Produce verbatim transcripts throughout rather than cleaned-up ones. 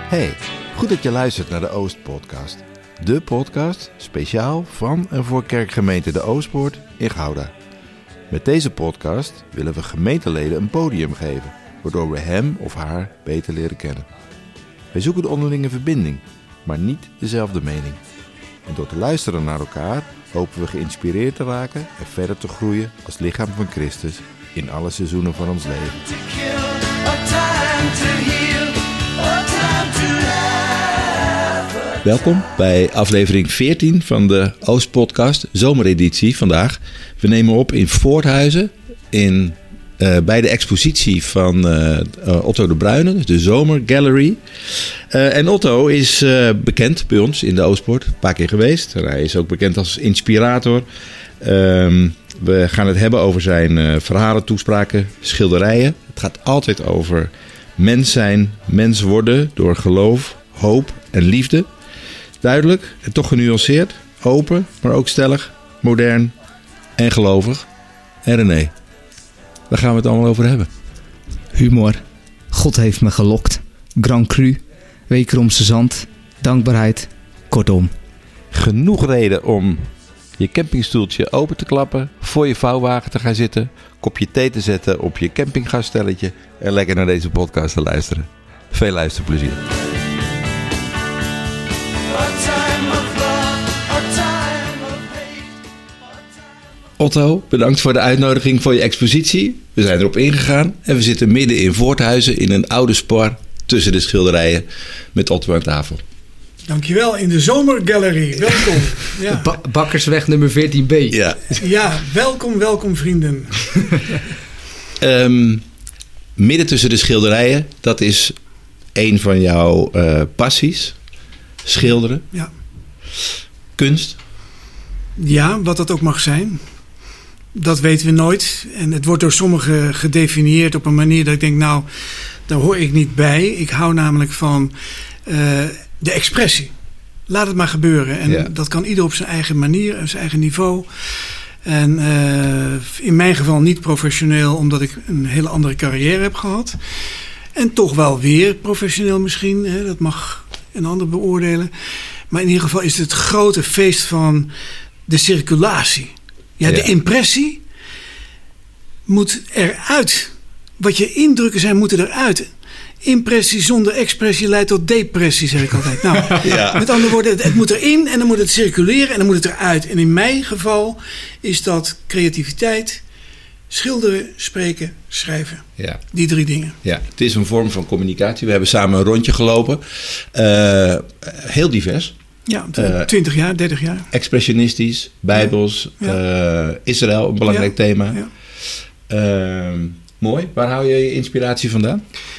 Hey, goed dat je luistert naar de Oost-podcast. De podcast speciaal van en voor kerkgemeente De Oostpoort in Gouda. Met deze podcast willen we gemeenteleden een podium geven, waardoor we hem of haar beter leren kennen. Wij zoeken de onderlinge verbinding, maar niet dezelfde mening. En door te luisteren naar elkaar hopen we geïnspireerd te raken en verder te groeien als lichaam van Christus in alle seizoenen van ons leven. Welkom bij aflevering veertien van de Oost-podcast, zomereditie vandaag. We nemen op in Voorthuizen, in, uh, bij de expositie van uh, uh, Otto de Bruyne, dus de Zomergallery. Uh, en Otto is uh, bekend bij ons in de Oostpoort, een paar keer geweest. En hij is ook bekend als inspirator. Um, we gaan het hebben over zijn uh, verhalen, toespraken, schilderijen. Het gaat altijd over mens zijn, mens worden door geloof, hoop en liefde. Duidelijk en toch genuanceerd, open, maar ook stellig, modern en gelovig. En René, daar gaan we het allemaal over hebben. Humor. God heeft me gelokt. Grand Cru. Wekeromse zand. Dankbaarheid. Kortom. Genoeg reden om je campingstoeltje open te klappen, voor je vouwwagen te gaan zitten, kopje thee te zetten op je campinggasstelletje en lekker naar deze podcast te luisteren. Veel luisterplezier. Otto, bedankt voor de uitnodiging voor je expositie. We zijn erop ingegaan en we zitten midden in Voorthuizen in een oude spar tussen de schilderijen met Otto aan tafel. Dankjewel, in de Zomergallery. Welkom. Ja. Ba- Bakkersweg nummer veertien B. Ja, ja, welkom, welkom vrienden. um, midden tussen de schilderijen, dat is een van jouw uh, passies. Schilderen. Ja. Kunst. Ja, wat dat ook mag zijn. Dat weten we nooit. En het wordt door sommigen gedefinieerd op een manier dat ik denk, nou, daar hoor ik niet bij. Ik hou namelijk van uh, de expressie. Laat het maar gebeuren. En ja. Dat kan ieder op zijn eigen manier, op zijn eigen niveau. En uh, in mijn geval niet professioneel, omdat ik een hele andere carrière heb gehad. En toch wel weer professioneel misschien. Hè, dat mag een ander beoordelen. Maar in ieder geval is het het grote feest van de circulatie. Ja, ja. De impressie moet eruit. Wat je indrukken zijn, moeten eruit. Impressie zonder expressie leidt tot depressie, zeg ik altijd. Nou, ja. Met andere woorden, het, het moet erin en dan moet het circuleren en dan moet het eruit. En in mijn geval is dat creativiteit, schilderen, spreken, schrijven. Ja. Die drie dingen. Ja, het is een vorm van communicatie. We hebben samen een rondje gelopen. Uh, heel divers. Ja, twintig uh, jaar, dertig jaar. Expressionistisch, bijbels, ja. Ja. Uh, Israël, een belangrijk ja. thema. Ja. Uh, mooi. Waar hou je je inspiratie vandaan?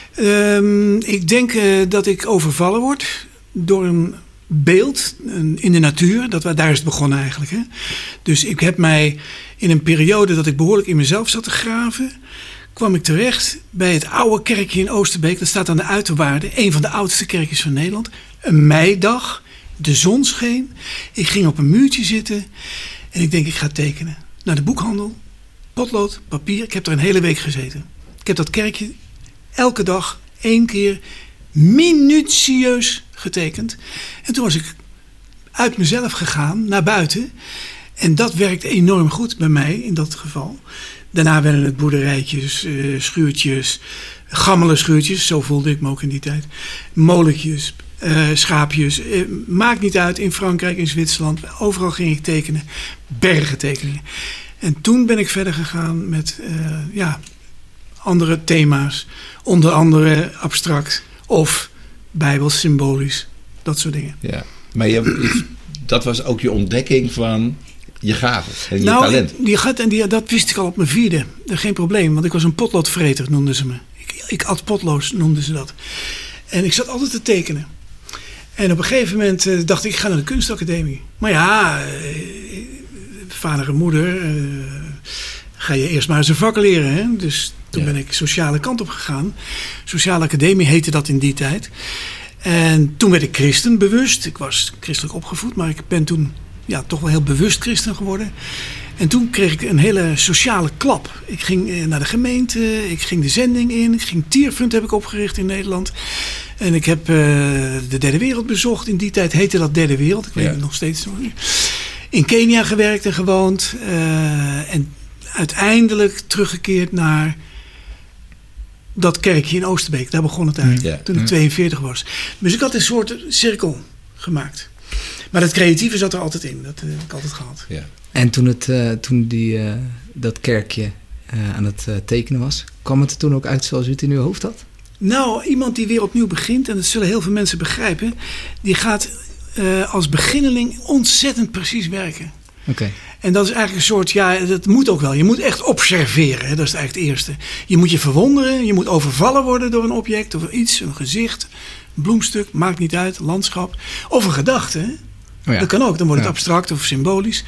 Um, ik denk uh, dat ik overvallen word door een beeld een, in de natuur. Dat, daar is het begonnen eigenlijk. Hè? Dus ik heb mij in een periode dat ik behoorlijk in mezelf zat te graven, kwam ik terecht bij het oude kerkje in Oosterbeek. Dat staat aan de Uiterwaarden. Een van de oudste kerkjes van Nederland. Een meidag. De zon scheen. Ik ging op een muurtje zitten. En ik denk, ik ga tekenen. Naar de boekhandel. Potlood, papier. Ik heb er een hele week gezeten. Ik heb dat kerkje elke dag één keer minutieus getekend. En toen was ik uit mezelf gegaan naar buiten. En dat werkte enorm goed bij mij in dat geval. Daarna werden het boerderijtjes, uh, schuurtjes, gammele schuurtjes. Zo voelde ik me ook in die tijd. Molentjes, uh, schaapjes. Uh, maakt niet uit, in Frankrijk, in Zwitserland. Overal ging ik tekenen. Bergen tekeningen. En toen ben ik verder gegaan met uh, ja, andere thema's. Onder andere abstract of bijbels, symbolisch. Dat soort dingen. Ja, maar je, dat was ook je ontdekking van je gave en je nou, talent. Die gaat, en die, dat wist ik al op mijn vierde. Geen probleem, want ik was een potloodvreter, noemden ze me. Ik, ik at potlood, noemden ze dat. En ik zat altijd te tekenen. En op een gegeven moment uh, dacht ik, ik ga naar de kunstacademie. Maar ja, uh, vader en moeder, uh, ga je eerst maar eens een vak leren. Hè? Dus toen ja. ben ik sociale kant op gegaan. Sociale academie heette dat in die tijd. En toen werd ik christen bewust. Ik was christelijk opgevoed, maar ik ben toen ja, toch wel heel bewust christen geworden. En toen kreeg ik een hele sociale klap. Ik ging uh, naar de gemeente, ik ging de zending in, ik ging Tierfund heb ik opgericht in Nederland. En ik heb uh, de derde wereld bezocht. In die tijd heette dat derde wereld, ik weet ja. het nog steeds nog niet. In Kenia gewerkt en gewoond. Uh, en uiteindelijk teruggekeerd naar dat kerkje in Oosterbeek. Daar begon het eigenlijk, ja. toen ik tweeënveertig was. Dus ik had een soort cirkel gemaakt. Maar het creatieve zat er altijd in. Dat uh, heb ik altijd gehad. Ja. En toen, het, uh, toen die, uh, dat kerkje uh, aan het uh, tekenen was, kwam het er toen ook uit zoals u het in uw hoofd had? Nou, iemand die weer opnieuw begint, en dat zullen heel veel mensen begrijpen, die gaat uh, als beginneling ontzettend precies werken. Okay. En dat is eigenlijk een soort, ja, dat moet ook wel. Je moet echt observeren, hè? Dat is eigenlijk het eerste. Je moet je verwonderen, je moet overvallen worden door een object of iets, een gezicht, een bloemstuk, maakt niet uit, landschap. Of een gedachte, hè? Oh ja. Dat kan ook, dan wordt het ja. abstract of symbolisch.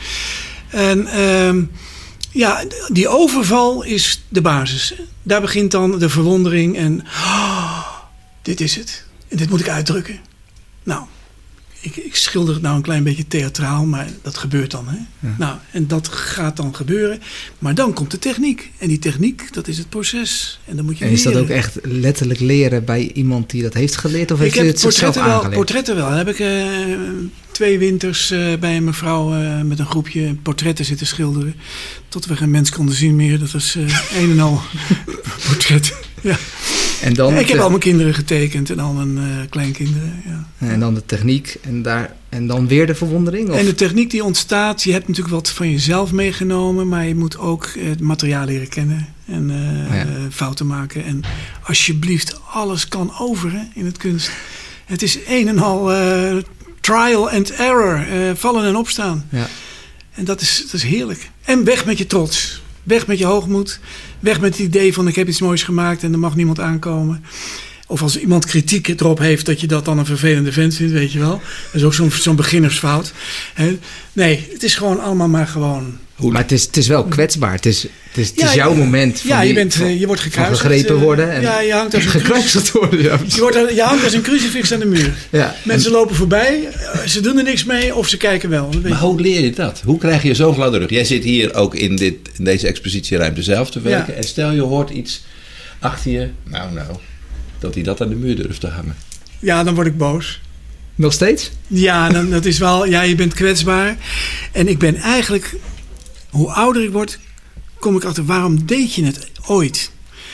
En um, ja, die overval is de basis. Daar begint dan de verwondering en oh, dit is het. En dit moet ik uitdrukken. Nou, ik, ik schilder het nou een klein beetje theatraal, maar dat gebeurt dan. Hè? Ja. Nou, en dat gaat dan gebeuren. Maar dan komt de techniek. En die techniek, dat is het proces. En dan moet je En is leren. dat ook echt letterlijk leren bij iemand die dat heeft geleerd? Of heeft ik u heb het zichzelf portretten wel, aangeleerd? portretten wel. Dan heb ik uh, twee winters uh, bij een mevrouw uh, met een groepje portretten zitten schilderen. Tot we geen mens konden zien meer. Dat was uh, een en al portretten. Ja. En dan ik heb te... al mijn kinderen getekend en al mijn uh, kleinkinderen. Ja. En dan de techniek en, daar, en dan weer de verwondering? Of? En de techniek die ontstaat, je hebt natuurlijk wat van jezelf meegenomen, maar je moet ook uh, het materiaal leren kennen en uh, oh ja. uh, fouten maken. En alsjeblieft, alles kan over hè, in het kunst. Het is een en al uh, trial and error, uh, vallen en opstaan. Ja. En dat is, dat is heerlijk. En weg met je trots. Weg met je hoogmoed. Weg met het idee van ik heb iets moois gemaakt en er mag niemand aankomen. Of als iemand kritiek erop heeft dat je dat dan een vervelende vent vindt, weet je wel. Dat is ook zo'n, zo'n beginnersfout. He? Nee, het is gewoon allemaal maar gewoon... Maar het is, het is wel kwetsbaar. Het is, het is, het is ja, jouw ja, moment. Van ja, die, je, bent, van, je wordt gekruisigd. gegrepen worden. En ja, je hangt als een gekruisigd worden. Ja. Je, wordt er, je hangt als een crucifix aan de muur. Ja. Mensen lopen voorbij. Ze doen er niks mee of ze kijken wel. Maar hoe leer je dat? Hoe krijg je zo'n gladde rug? Jij zit hier ook in, dit, in deze expositieruimte zelf te werken. Ja. En stel je hoort iets achter je. Nou, nou. Dat hij dat aan de muur durft te hangen. Ja, dan word ik boos. Nog steeds? Ja, dan, dat is wel... Ja, je bent kwetsbaar. En ik ben eigenlijk... Hoe ouder ik word, kom ik achter... Waarom deed je het ooit?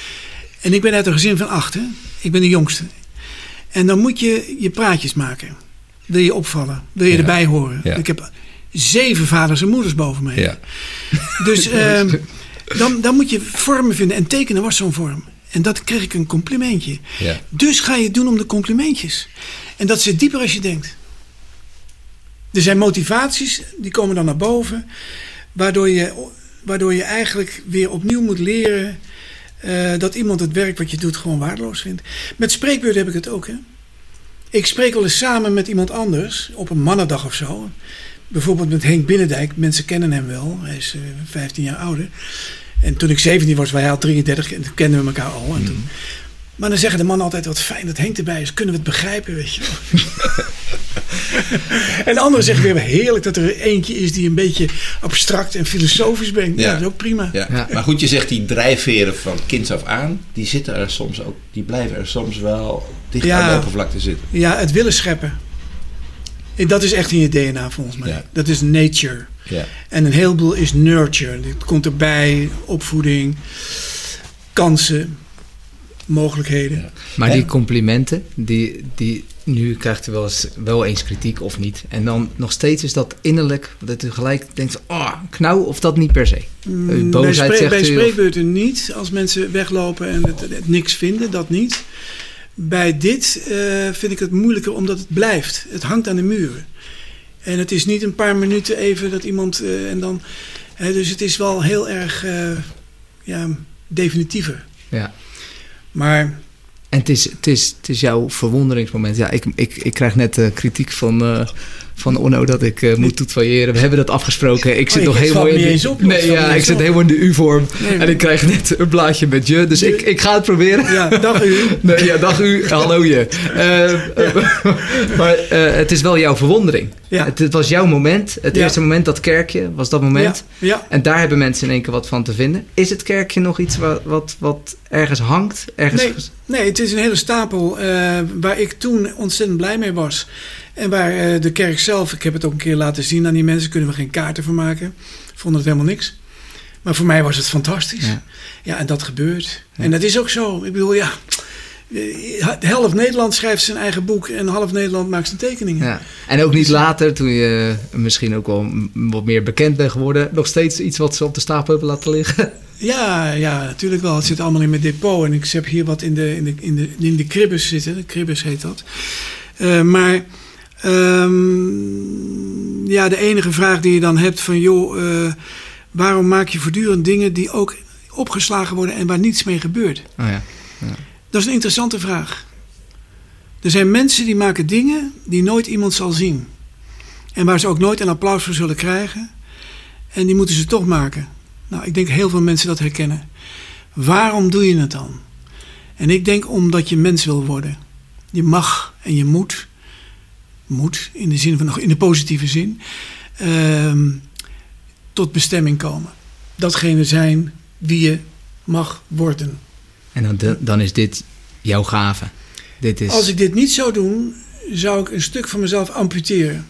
En ik ben uit een gezin van acht, hè? Ik ben de jongste. En dan moet je je praatjes maken. Wil je opvallen? Wil je ja. erbij horen? Ja. Ik heb zeven vaders en moeders boven mij. Ja. Dus uh, dan, dan moet je vormen vinden. En tekenen was zo'n vorm. En dat kreeg ik een complimentje. Ja. Dus ga je het doen om de complimentjes. En dat zit dieper als je denkt. Er zijn motivaties, die komen dan naar boven. Waardoor je, waardoor je eigenlijk weer opnieuw moet leren... Uh, dat iemand het werk wat je doet gewoon waardeloos vindt. Met spreekbeurten heb ik het ook. Hè? Ik spreek wel eens samen met iemand anders. Op een mannendag of zo. Bijvoorbeeld met Henk Binnendijk. Mensen kennen hem wel. Hij is uh, vijftien jaar ouder. En toen ik zeventien was, was hij al drieëndertig en toen kenden we elkaar al. En toen, mm. Maar dan zeggen de mannen altijd, wat fijn dat Henk erbij is. Kunnen we het begrijpen, weet je wel. En de anderen zeggen weer, heerlijk dat er eentje is die een beetje abstract en filosofisch brengt. Ja, ja dat is ook prima. Ja. Ja. Maar goed, je zegt die drijfveren van kinds af aan, die zitten er soms ook, die blijven er soms wel dicht ja, aan de oppervlakte zitten. Ja, het willen scheppen. Dat is echt in je D N A volgens mij. Ja. Dat is nature. Ja. En een heleboel is nurture. Het komt erbij, opvoeding, kansen, mogelijkheden. Ja. Maar die complimenten, die, die, nu krijgt u wel eens, wel eens kritiek of niet. En dan nog steeds is dat innerlijk, dat u gelijk denkt, oh, knauw, of dat niet per se. Mm, boosheid bij, spre- bij spreekbeurten of... niet. Als mensen weglopen en het, het niks vinden, dat niet. Bij dit uh, vind ik het moeilijker omdat het blijft. Het hangt aan de muren. En het is niet een paar minuten even dat iemand... Uh, en dan, uh, dus het is wel heel erg uh, ja, definitiever. Ja. Maar... En het is, het is, het is jouw verwonderingsmoment. Ja, ik, ik, ik krijg net uh, kritiek van, uh, van Onno dat ik uh, moet tutoyeren. We hebben dat afgesproken. Ik zit oh, nog helemaal in de, op, nee, ja, ik zit helemaal in de U-vorm. Nee, en ik krijg net een blaadje met je. Dus ik, ik ga het proberen. Ja, dag u. Nee, ja, dag u. Hallo je. Uh, uh, maar uh, het is wel jouw verwondering. Ja. Het, het was jouw moment. Het ja. eerste moment, dat kerkje, was dat moment. Ja. Ja. En daar hebben mensen in één keer wat van te vinden. Is het kerkje nog iets wat, wat, wat ergens hangt? Ergens nee, nee, het is een hele stapel uh, waar ik toen ontzettend blij mee was. En waar uh, de kerk zelf, ik heb het ook een keer laten zien aan die mensen, kunnen we geen kaarten van maken. Vonden het helemaal niks. Maar voor mij was het fantastisch. Ja, ja en dat gebeurt. Ja. En dat is ook zo. Ik bedoel, ja, de helft Nederland schrijft zijn eigen boek en half Nederland maakt zijn tekeningen. Ja. En ook niet later, toen je misschien ook wel wat meer bekend bent geworden, nog steeds iets wat ze op de stapel hebben laten liggen? Ja, ja, natuurlijk wel. Het zit allemaal in mijn depot en ik heb hier wat in de, in de, in de, in de kribbes zitten. De kribbes heet dat. Uh, maar um, ja, de enige vraag die je dan hebt van joh, uh, waarom maak je voortdurend dingen die ook opgeslagen worden en waar niets mee gebeurt? Oh ja. Ja. Dat is een interessante vraag. Er zijn mensen die maken dingen die nooit iemand zal zien. En waar ze ook nooit een applaus voor zullen krijgen. En die moeten ze toch maken. Nou, ik denk heel veel mensen dat herkennen. Waarom doe je het dan? En ik denk omdat je mens wil worden. Je mag en je moet. Moet, in de, zin van, in de positieve zin. Uh, tot bestemming komen. Datgene zijn wie je mag worden. En dan, dan is dit jouw gave. Dit is... Als ik dit niet zou doen, zou ik een stuk van mezelf amputeren.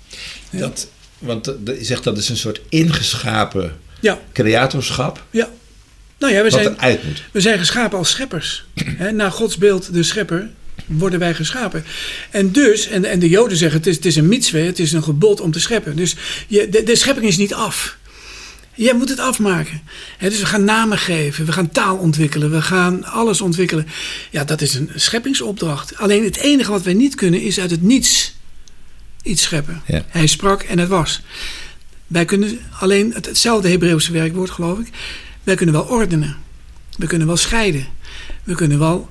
Dat, want je zegt dat is een soort ingeschapen ja. creatorschap. Ja. Nou ja, we wat zijn, eruit moet. We zijn geschapen als scheppers. He, naar Gods beeld, de schepper, worden wij geschapen. En dus, en, en de Joden zeggen, het is, het is een mitzwe, het is een gebod om te scheppen. Dus je, de, de schepping is niet af. Jij moet het afmaken. He, dus we gaan namen geven, we gaan taal ontwikkelen, we gaan alles ontwikkelen. Ja, dat is een scheppingsopdracht. Alleen het enige wat wij niet kunnen is uit het niets iets scheppen. Ja. Hij sprak en het was. Wij kunnen alleen, het, hetzelfde Hebreeuwse werkwoord geloof ik, wij kunnen wel ordenen. We kunnen wel scheiden. We kunnen wel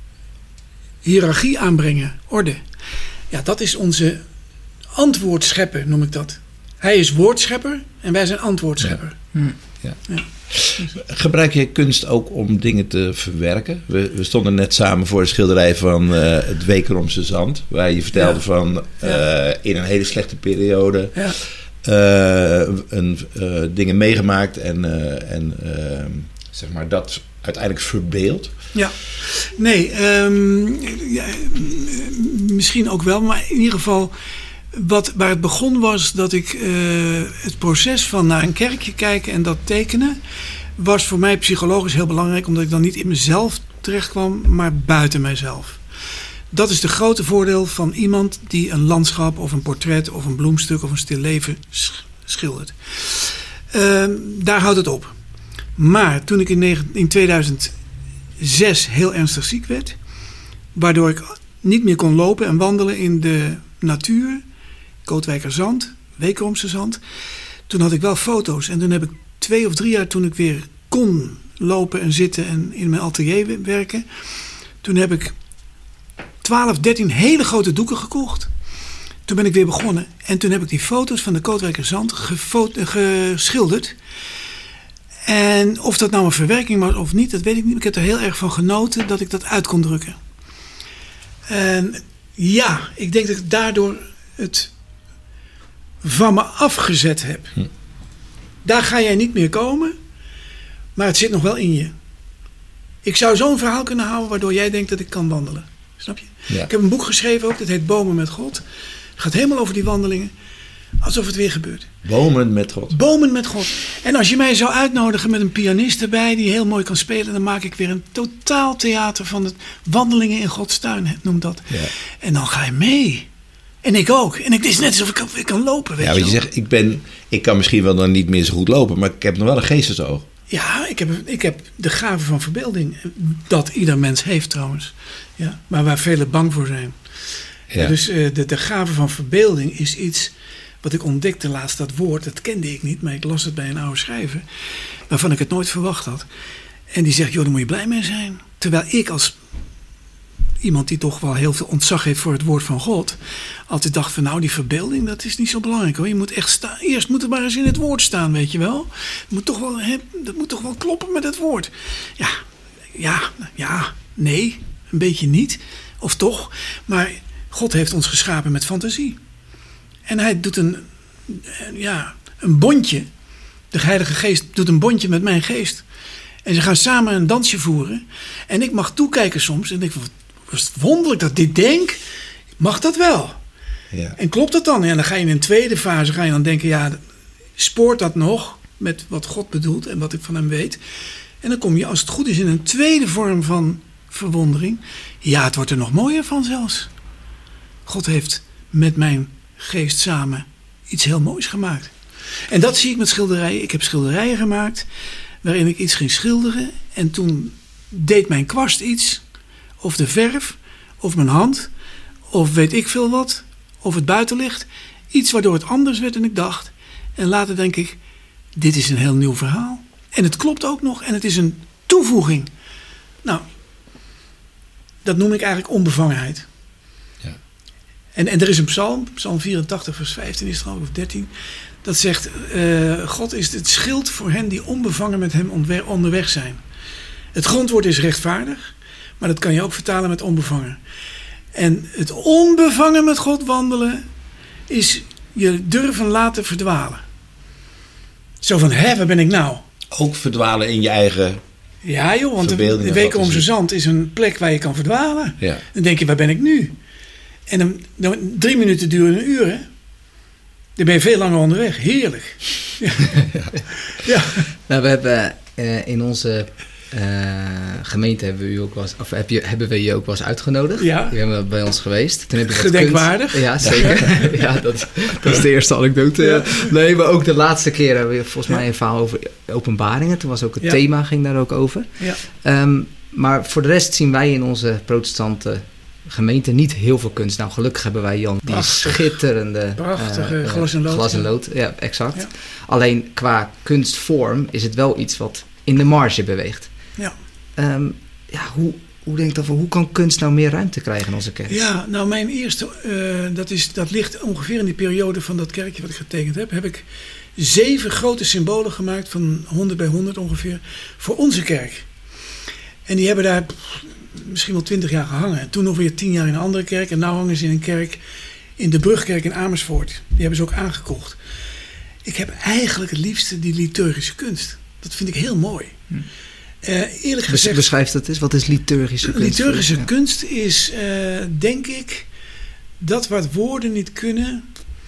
hiërarchie aanbrengen, orde. Ja, dat is onze antwoordschepper, noem ik dat. Hij is woordschepper en wij zijn antwoordschepper. Ja. Hm. Ja. Ja. Gebruik je kunst ook om dingen te verwerken? We, we stonden net samen voor de schilderij van uh, het Wekeromse Zand. Waar je vertelde ja. van uh, ja. in een hele slechte periode ja. uh, een, uh, dingen meegemaakt en, uh, en uh, zeg maar dat uiteindelijk verbeeld. Ja, nee, um, ja, misschien ook wel, maar in ieder geval wat, waar het begon was dat ik uh, het proces van naar een kerkje kijken en dat tekenen was voor mij psychologisch heel belangrijk, omdat ik dan niet in mezelf terecht kwam, maar buiten mijzelf. Dat is de grote voordeel van iemand die een landschap of een portret of een bloemstuk of een stil leven schildert. Uh, daar houdt het op. Maar toen ik in tweeduizend zes heel ernstig ziek werd, waardoor ik niet meer kon lopen en wandelen in de natuur, Kootwijkerzand, Wekeromse Zand, toen had ik wel foto's. En toen heb ik twee of drie jaar, toen ik weer kon lopen en zitten en in mijn atelier werken, toen heb ik twaalf, dertien hele grote doeken gekocht. Toen ben ik weer begonnen. En toen heb ik die foto's van de Kootwijkerzand geschilderd. En of dat nou een verwerking was of niet, dat weet ik niet. Ik heb er heel erg van genoten dat ik dat uit kon drukken. En ja, ik denk dat ik daardoor het van me afgezet heb. Hm. Daar ga jij niet meer komen, maar het zit nog wel in je. Ik zou zo'n verhaal kunnen houden waardoor jij denkt dat ik kan wandelen. Snap je? Ja. Ik heb een boek geschreven ook, dat heet Bomen met God. Het gaat helemaal over die wandelingen. Alsof het weer gebeurt. Bomen met God. Bomen met God. En als je mij zou uitnodigen met een pianist erbij die heel mooi kan spelen, dan maak ik weer een totaal theater van het wandelingen in Gods tuin, noem dat. Ja. En dan ga je mee. En ik ook. En het is net alsof ik kan, ik kan lopen. Weet ja, je want je zegt, ik, ben, ik kan misschien wel dan niet meer zo goed lopen, maar ik heb nog wel een geestesoog. Ja, ik heb, ik heb de gave van verbeelding. Dat ieder mens heeft trouwens. Ja, maar waar velen bang voor zijn. Ja. Ja, dus uh, de, de gave van verbeelding is iets wat ik ontdekte laatst, dat woord, dat kende ik niet, maar ik las het bij een oude schrijver, waarvan ik het nooit verwacht had. En die zegt, joh, daar moet je blij mee zijn. Terwijl ik als iemand die toch wel heel veel ontzag heeft voor het woord van God, altijd dacht van nou, die verbeelding, dat is niet zo belangrijk hoor. Je moet echt staan. Eerst moet het maar eens in het woord staan, weet je wel. Het moet toch wel, hè, dat moet toch wel kloppen met het woord. Ja, ja, ja, nee, een beetje niet. Of toch. Maar God heeft ons geschapen met fantasie. En hij doet een, ja, een bondje. De Heilige Geest doet een bondje met mijn geest. En ze gaan samen een dansje voeren. En ik mag toekijken soms. En denk van, wat is het wonderlijk dat ik dit denk. Mag dat wel? Ja. En klopt dat dan? En dan ga je in een tweede fase ga je dan denken, ja, spoort dat nog met wat God bedoelt en wat ik van hem weet? En dan kom je, als het goed is, in een tweede vorm van verwondering. Ja, het wordt er nog mooier van zelfs. God heeft met mijn geest samen iets heel moois gemaakt. En dat zie ik met schilderijen. Ik heb schilderijen gemaakt waarin ik iets ging schilderen. En toen deed mijn kwast iets. Of de verf. Of mijn hand. Of weet ik veel wat. Of het buitenlicht. Iets waardoor het anders werd dan ik dacht. En later denk ik, dit is een heel nieuw verhaal. En het klopt ook nog. En het is een toevoeging. Nou, dat noem ik eigenlijk onbevangenheid. Ja. En, en er is een psalm. Psalm vierentachtig vers vijftien is het geloof ik, of dertien. Dat zegt, uh, God is het schild voor hen die onbevangen met hem onderweg zijn. Het grondwoord is rechtvaardig. Maar dat kan je ook vertalen met onbevangen. En het onbevangen met God wandelen is je durven laten verdwalen. Zo van, hè, waar ben ik nou? Ook verdwalen in je eigen Ja joh, want de, de Wekeromse Zand is een plek waar je kan verdwalen. Ja. Dan denk je, waar ben ik nu? En dan, dan drie minuten duren een uur, hè? Dan ben je veel langer onderweg. Heerlijk. Ja. Ja. Nou, we hebben uh, in onze uh, gemeente hebben we, u ook wel eens, of heb je, hebben we je ook wel eens uitgenodigd. Ja. Je bent bij ons geweest. Toen heb je Gedenkwaardig. Kunst, ja, zeker. Ja, dat, dat is de eerste anekdote. Ja. Nee, maar ook de laatste keer hebben we volgens mij een verhaal over openbaringen. Toen was ook het ja. thema, ging daar ook over. Ja. Um, maar voor de rest zien wij in onze protestante gemeente niet heel veel kunst. Nou, gelukkig hebben wij Jan, die Prachtig. schitterende Prachtige uh, glas en lood. Glas en lood, ja, exact. Ja. Alleen qua kunstvorm is het wel iets wat in de marge beweegt. Ja. Um, ja, hoe, hoe denk je dat, hoe kan kunst nou meer ruimte krijgen in onze kerk? Ja, nou mijn eerste, uh, dat, is, dat ligt ongeveer in die periode van dat kerkje wat ik getekend heb, heb ik zeven grote symbolen gemaakt van honderd bij honderd ongeveer voor onze kerk. En die hebben daar pff, misschien wel twintig jaar gehangen. En toen nog weer tien jaar in een andere kerk. En nu hangen ze in een kerk in de Brugkerk in Amersfoort. Die hebben ze ook aangekocht. Ik heb eigenlijk het liefste die liturgische kunst. Dat vind ik heel mooi. Hm. Uh, eerlijk gezegd, beschrijf dat eens. Wat is liturgische kunst? Liturgische ja. kunst is, uh, denk ik, dat wat woorden niet kunnen,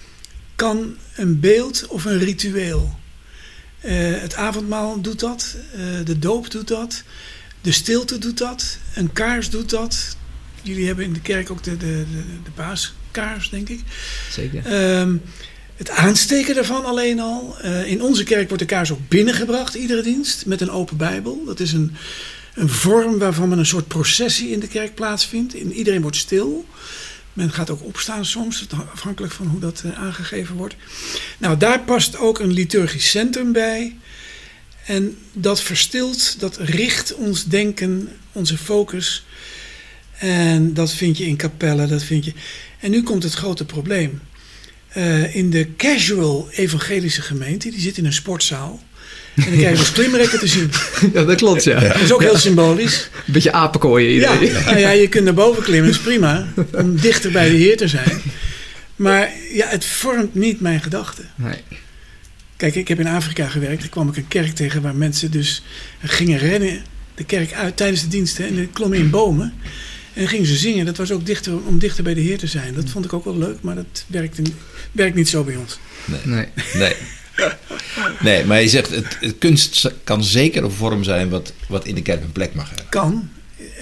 kan een beeld of een ritueel. Uh, het avondmaal doet dat. Uh, de doop doet dat. De stilte doet dat. Een kaars doet dat. Jullie hebben in de kerk ook de, de, de, de paaskaars, denk ik. Zeker. Um, het aansteken daarvan alleen al. Uh, in onze kerk wordt de kaars ook binnengebracht, iedere dienst, met een open Bijbel. Dat is een, een vorm waarvan men een soort processie in de kerk plaatsvindt. En iedereen wordt stil. Men gaat ook opstaan soms, afhankelijk van hoe dat uh, aangegeven wordt. Nou, daar past ook een liturgisch centrum bij. En dat verstilt, dat richt ons denken, onze focus. En dat vind je in kapellen, dat vind je. En nu komt het grote probleem. Uh, in de casual evangelische gemeente, die zit in een sportzaal. En dan krijg je dus klimrekken te zien. Ja, dat klopt, ja. Dat is ook heel symbolisch. Een beetje apenkooien iedereen. Ja, nou ja, je kunt naar boven klimmen, dat is prima. Om dichter bij de Heer te zijn. Maar ja, het vormt niet mijn gedachten. Nee. Kijk, ik heb in Afrika gewerkt. Daar kwam ik een kerk tegen waar mensen dus gingen rennen de kerk uit tijdens de diensten. En dan klommen in bomen. En dan gingen ze zingen. Dat was ook dichter, om dichter bij de Heer te zijn. Dat vond ik ook wel leuk, maar dat werkt, werkt niet zo bij ons. Nee. Nee. nee. Nee, maar je zegt, het, het kunst kan zeker een vorm zijn wat, wat in de kerk een plek mag hebben. Kan.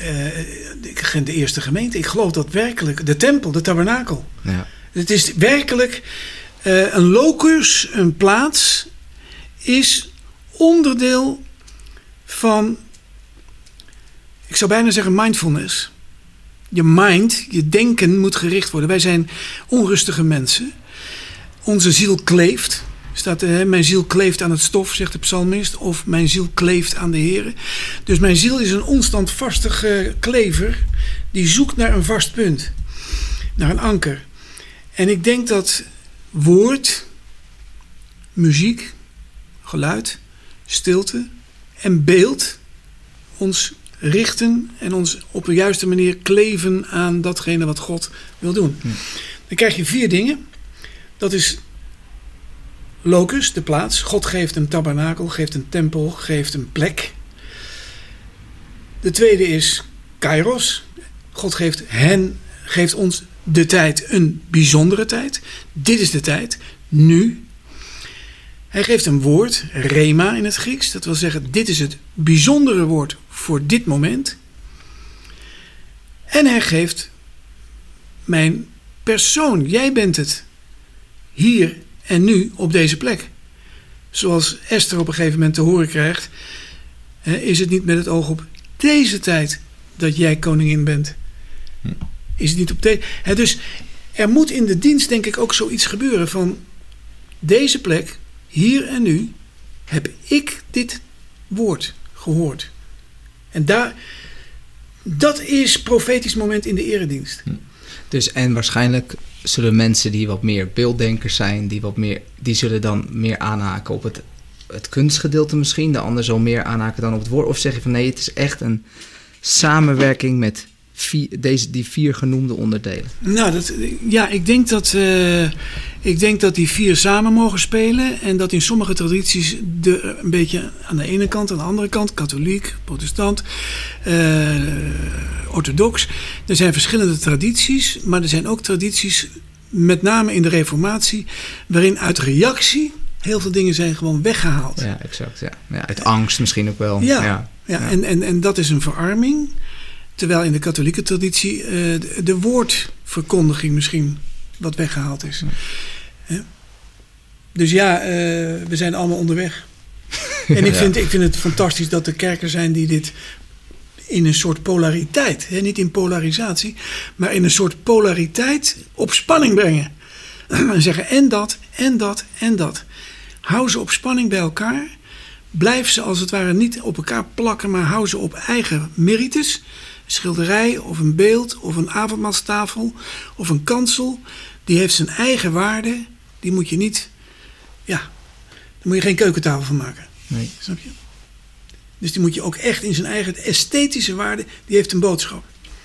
Uh, de eerste gemeente. Ik geloof dat werkelijk. De tempel, de tabernakel. Ja. Het is werkelijk uh, een locus, een plaats, is onderdeel van, ik zou bijna zeggen mindfulness. Je mind, je denken moet gericht worden. Wij zijn onrustige mensen. Onze ziel kleeft. Staat, uh, mijn ziel kleeft aan het stof, zegt de psalmist. Of mijn ziel kleeft aan de Heere. Dus mijn ziel is een onstandvastige klever die zoekt naar een vast punt. Naar een anker. En ik denk dat woord, muziek, geluid, stilte en beeld ons richten en ons op de juiste manier kleven aan datgene wat God wil doen. Hm. Dan krijg je vier dingen. Dat is locus, de plaats. God geeft een tabernakel, geeft een tempel, geeft een plek. De tweede is kairos. God geeft hen, geeft ons de tijd, een bijzondere tijd. Dit is de tijd, nu. Hij geeft een woord, rema in het Grieks. Dat wil zeggen, dit is het bijzondere woord voor dit moment. En hij geeft mijn persoon. Jij bent het. Hier en nu op deze plek. Zoals Esther op een gegeven moment te horen krijgt. Is het niet met het oog op deze tijd dat jij koningin bent? Is het niet op deze... Dus er moet in de dienst denk ik ook zoiets gebeuren van deze plek... Hier en nu heb ik dit woord gehoord. En daar, dat is profetisch moment in de eredienst. Dus en waarschijnlijk zullen mensen die wat meer beelddenkers zijn, die wat meer, die zullen dan meer aanhaken op het, het kunstgedeelte misschien. De ander zal meer aanhaken dan op het woord. Of zeg je van nee, het is echt een samenwerking met vier, deze, die vier genoemde onderdelen. Nou, dat, ja, ik denk dat, uh, ik denk dat die vier samen mogen spelen. En dat in sommige tradities de, een beetje aan de ene kant, aan de andere kant, katholiek, protestant, uh, orthodox. Er zijn verschillende tradities, maar er zijn ook tradities, met name in de Reformatie, waarin uit reactie heel veel dingen zijn gewoon weggehaald. Ja, exact. Ja. Ja, uit angst misschien ook wel. Ja, ja. ja, ja. En, en, en dat is een verarming. Terwijl in de katholieke traditie uh, de, de woordverkondiging misschien wat weggehaald is. Ja. Dus ja, uh, we zijn allemaal onderweg. En ik vind, ik vind het fantastisch dat er kerken zijn die dit in een soort polariteit, hè, niet in polarisatie, maar in een soort polariteit op spanning brengen. En zeggen en dat, en dat, en dat. Hou ze op spanning bij elkaar. Blijf ze als het ware niet op elkaar plakken, maar hou ze op eigen merites. Een schilderij of een beeld of een avondmaalstafel of een kansel. Die heeft zijn eigen waarde. Die moet je niet, ja, daar moet je geen keukentafel van maken. Nee. Snap je? Dus die moet je ook echt in zijn eigen esthetische waarde, die heeft een boodschap.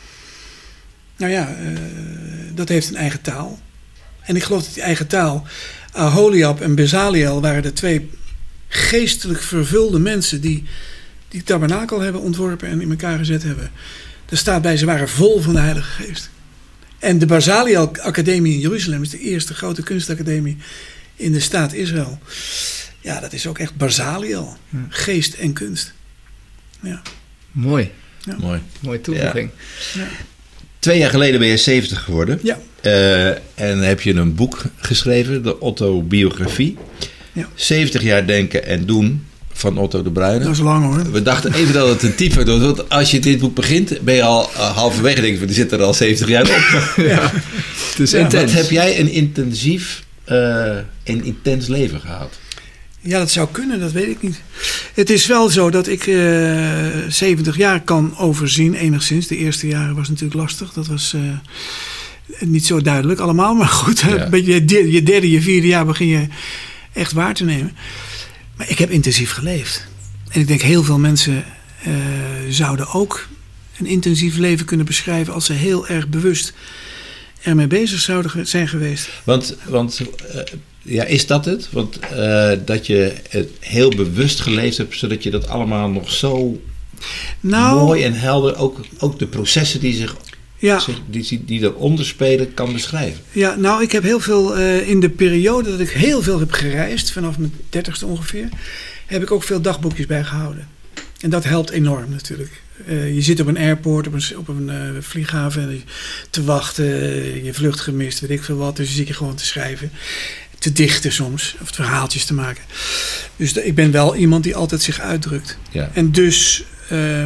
Nou ja, uh, dat heeft een eigen taal. En ik geloof dat die eigen taal, Aholiab en Bezaliel waren de twee geestelijk vervulde mensen die die tabernakel hebben ontworpen en in elkaar gezet hebben. Er staat bij, ze waren vol van de Heilige Geest. En de Bezaliel Academie in Jeruzalem is de eerste grote kunstacademie in de staat Israël. Ja, dat is ook echt Bezaliel. Ja. Geest en kunst. Ja. Mooi. Ja. Mooi. Mooie toevoeging. Ja. Ja. Twee jaar geleden ben je zeventig geworden. Ja. Uh, en heb je een boek geschreven, de Otto-biografie. Ja. zeventig jaar denken en doen van Otto de Bruyne. Dat is lang hoor. We dachten even dat het een type was. Want als je dit boek begint, ben je al uh, halverwege. Denk je, die zit er al zeventig jaar op. Ja. Dus ja, wat heb jij een intensief uh, en intens leven gehad? Ja, dat zou kunnen, dat weet ik niet. Het is wel zo dat ik uh, zeventig jaar kan overzien, enigszins. De eerste jaren was natuurlijk lastig. Dat was uh, niet zo duidelijk allemaal. Maar goed, ja. je, derde, je derde, je vierde jaar begin je echt waar te nemen. Maar ik heb intensief geleefd. En ik denk heel veel mensen uh, zouden ook een intensief leven kunnen beschrijven als ze heel erg bewust ermee bezig zouden zijn geweest. Want, want uh, ja, is dat het? Want uh, dat je het heel bewust geleefd hebt, zodat je dat allemaal nog zo nou, mooi en helder, ook, ook de processen die zich, ja. zich die, die eronder spelen, kan beschrijven. Ja, nou, ik heb heel veel uh, in de periode dat ik heel veel heb gereisd, vanaf mijn dertigste ongeveer, heb ik ook veel dagboekjes bijgehouden. En dat helpt enorm natuurlijk. Uh, je zit op een airport, op een, op een uh, vlieghaven te wachten, uh, je vlucht gemist, weet ik veel wat. Dus je zit je gewoon te schrijven, te dichten soms, of verhaaltjes te maken. Dus de, ik ben wel iemand die altijd zich uitdrukt. Ja. En dus uh,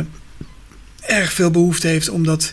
erg veel behoefte heeft, omdat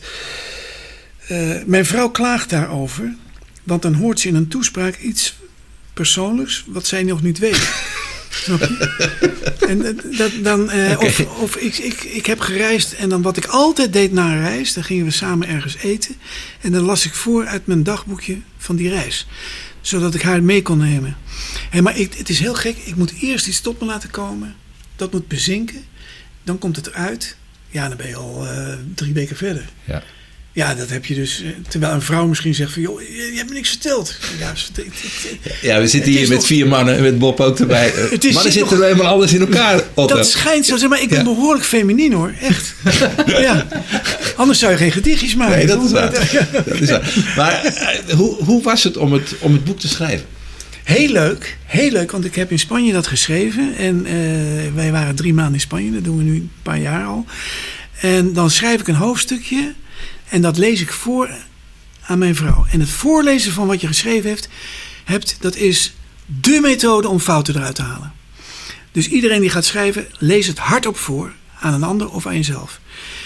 uh, mijn vrouw klaagt daarover. Want dan hoort ze in een toespraak iets persoonlijks wat zij nog niet weet. Snap je? En dat, dan, uh, okay. Of, of ik, ik, ik heb gereisd en dan wat ik altijd deed na een reis, dan gingen we samen ergens eten. En dan las ik voor uit mijn dagboekje van die reis. Zodat ik haar mee kon nemen. Hey, maar ik, het is heel gek, ik moet eerst iets tot me laten komen. Dat moet bezinken. Dan komt het eruit. Ja, dan ben je al uh, drie weken verder. Ja. Ja, dat heb je dus. Terwijl een vrouw misschien zegt van, joh, je, je hebt me niks verteld. Ja, het, het, het, ja we zitten hier met nog, vier mannen en met Bob ook erbij. Mannen zitten nog, helemaal anders in elkaar. Otto. Dat schijnt zo, zeg maar. Ik ben ja. behoorlijk feminien hoor, echt. Ja. Anders zou je geen gedichtjes maken. Nee, dat is waar. Dat is waar. Maar uh, hoe, hoe was het om, het om het boek te schrijven? Heel leuk, heel leuk, want ik heb in Spanje dat geschreven. En uh, wij waren drie maanden in Spanje, dat doen we nu een paar jaar al. En dan schrijf ik een hoofdstukje en dat lees ik voor aan mijn vrouw. En het voorlezen van wat je geschreven hebt, hebt dat is dé methode om fouten eruit te halen. Dus iedereen die gaat schrijven, lees het hardop voor aan een ander of aan jezelf.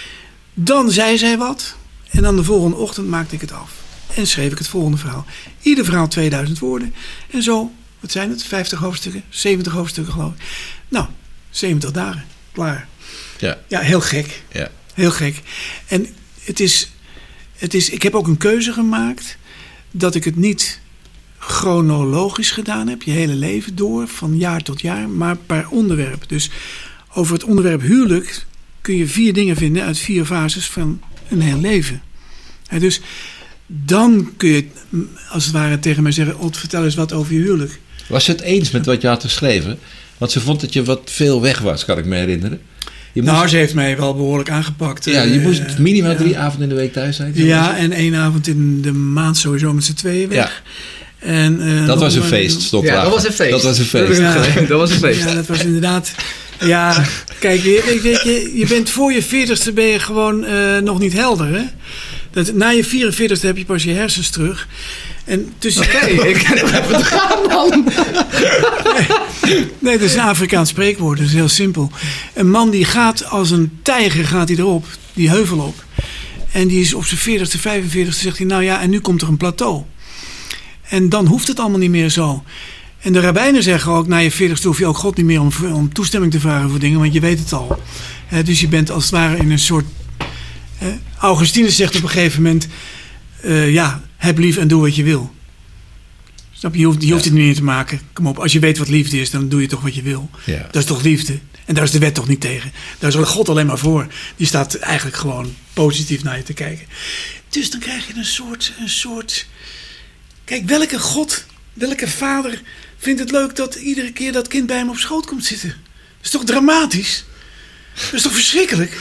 Dan zei zij wat en dan de volgende ochtend maakte ik het af. En schreef ik het volgende verhaal. Ieder verhaal tweeduizend woorden. En zo, wat zijn het? vijftig hoofdstukken, zeventig hoofdstukken geloof ik. Nou, zeventig dagen, klaar. Ja, ja heel gek. Ja. Heel gek. En het is, het is, ik heb ook een keuze gemaakt dat ik het niet chronologisch gedaan heb, je hele leven door, van jaar tot jaar, maar per onderwerp. Dus over het onderwerp huwelijk kun je vier dingen vinden uit vier fases van een heel leven. En dus dan kun je als het ware tegen mij zeggen, Ot, vertel eens wat over je huwelijk. Was ze het eens met wat je had geschreven? Want ze vond dat je wat veel weg was, kan ik me herinneren. Je moest... Nou, ze heeft mij wel behoorlijk aangepakt. Ja, je moest uh, minimaal ja. drie avonden in de week thuis zijn. Ja, en één avond in de maand sowieso met z'n tweeën weg. Ja. En, uh, dat was een feest, stond Ja, dat was een feest. Dat was een feest. Ja, dat was een feest. Ja, dat was inderdaad... Ja, kijk, weet, weet je, je bent voor je veertigste ben je gewoon uh, nog niet helder, hè? Dat, na je vierenveertigste heb je pas je hersens terug. En tussen... Oké, okay, ik kan even gaan dan. Nee, nee, dat is een Afrikaans spreekwoord. Dat is heel simpel. Een man die gaat als een tijger gaat hij erop, die heuvel op. En die is op zijn veertigste, vijfenveertigste zegt hij, nou ja, en nu komt er een plateau. En dan hoeft het allemaal niet meer zo. En de rabbijnen zeggen ook, na je veertigste hoef je ook God niet meer om, om toestemming te vragen voor dingen, want je weet het al. He, dus je bent als het ware in een soort... He, Augustinus zegt op een gegeven moment, uh, ja, heb lief en doe wat je wil. Snap je? Je hoeft, je hoeft ja. het niet meer te maken. Kom op, als je weet wat liefde is, dan doe je toch wat je wil. Ja. Dat is toch liefde? En daar is de wet toch niet tegen? Daar is God alleen maar voor. Die staat eigenlijk gewoon positief naar je te kijken. Dus dan krijg je een soort... Een soort kijk, welke God, welke vader vindt het leuk dat iedere keer dat kind bij hem op schoot komt zitten? Dat is toch dramatisch? Dat is toch verschrikkelijk?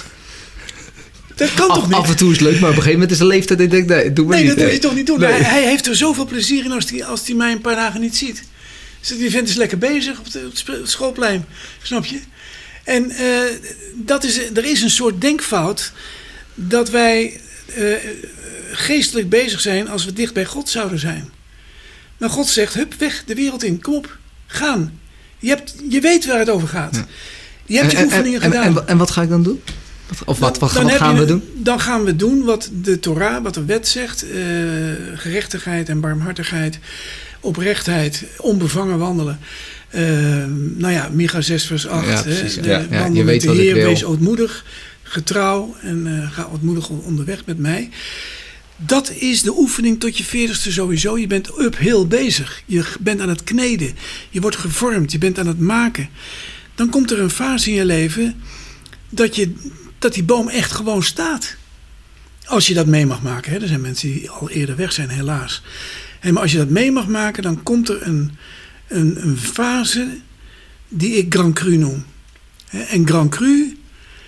Dat kan af, toch niet? Af en toe is het leuk, maar op een gegeven moment is de leeftijd... Ik denk, nee, doe maar nee, niet. dat moet je toch niet doen. Nee. Hij, hij heeft er zoveel plezier in als hij als mij een paar dagen niet ziet. Dus die vent is lekker bezig op, de, op het schoolplein. Snap je? En uh, dat is, er is een soort denkfout dat wij uh, geestelijk bezig zijn als we dicht bij God zouden zijn. Maar God zegt, hup, weg, de wereld in. Kom op, gaan. Je, hebt, je weet waar het over gaat. Ja. Je hebt je en, oefeningen en, gedaan. En, en, en wat ga ik dan doen? Of wat, wat, dan, wat dan gaan je, we doen? Dan gaan we doen wat de Torah, wat de wet zegt. Uh, gerechtigheid en barmhartigheid, oprechtheid, onbevangen wandelen. Uh, nou ja, Micha zes vers acht. Ja, precies, hè, de, ja, ja, wandel je weet met de wat Heer, ik wil. wees ootmoedig, getrouw en uh, ga ootmoedig onderweg met mij. Dat is de oefening tot je veertigste sowieso. Je bent uphill bezig. Je bent aan het kneden. Je wordt gevormd. Je bent aan het maken. Dan komt er een fase in je leven dat, je, dat die boom echt gewoon staat. Als je dat mee mag maken. Hè. Er zijn mensen die al eerder weg zijn, helaas. En maar als je dat mee mag maken, dan komt er een, een, een fase die ik Grand Cru noem. En Grand Cru,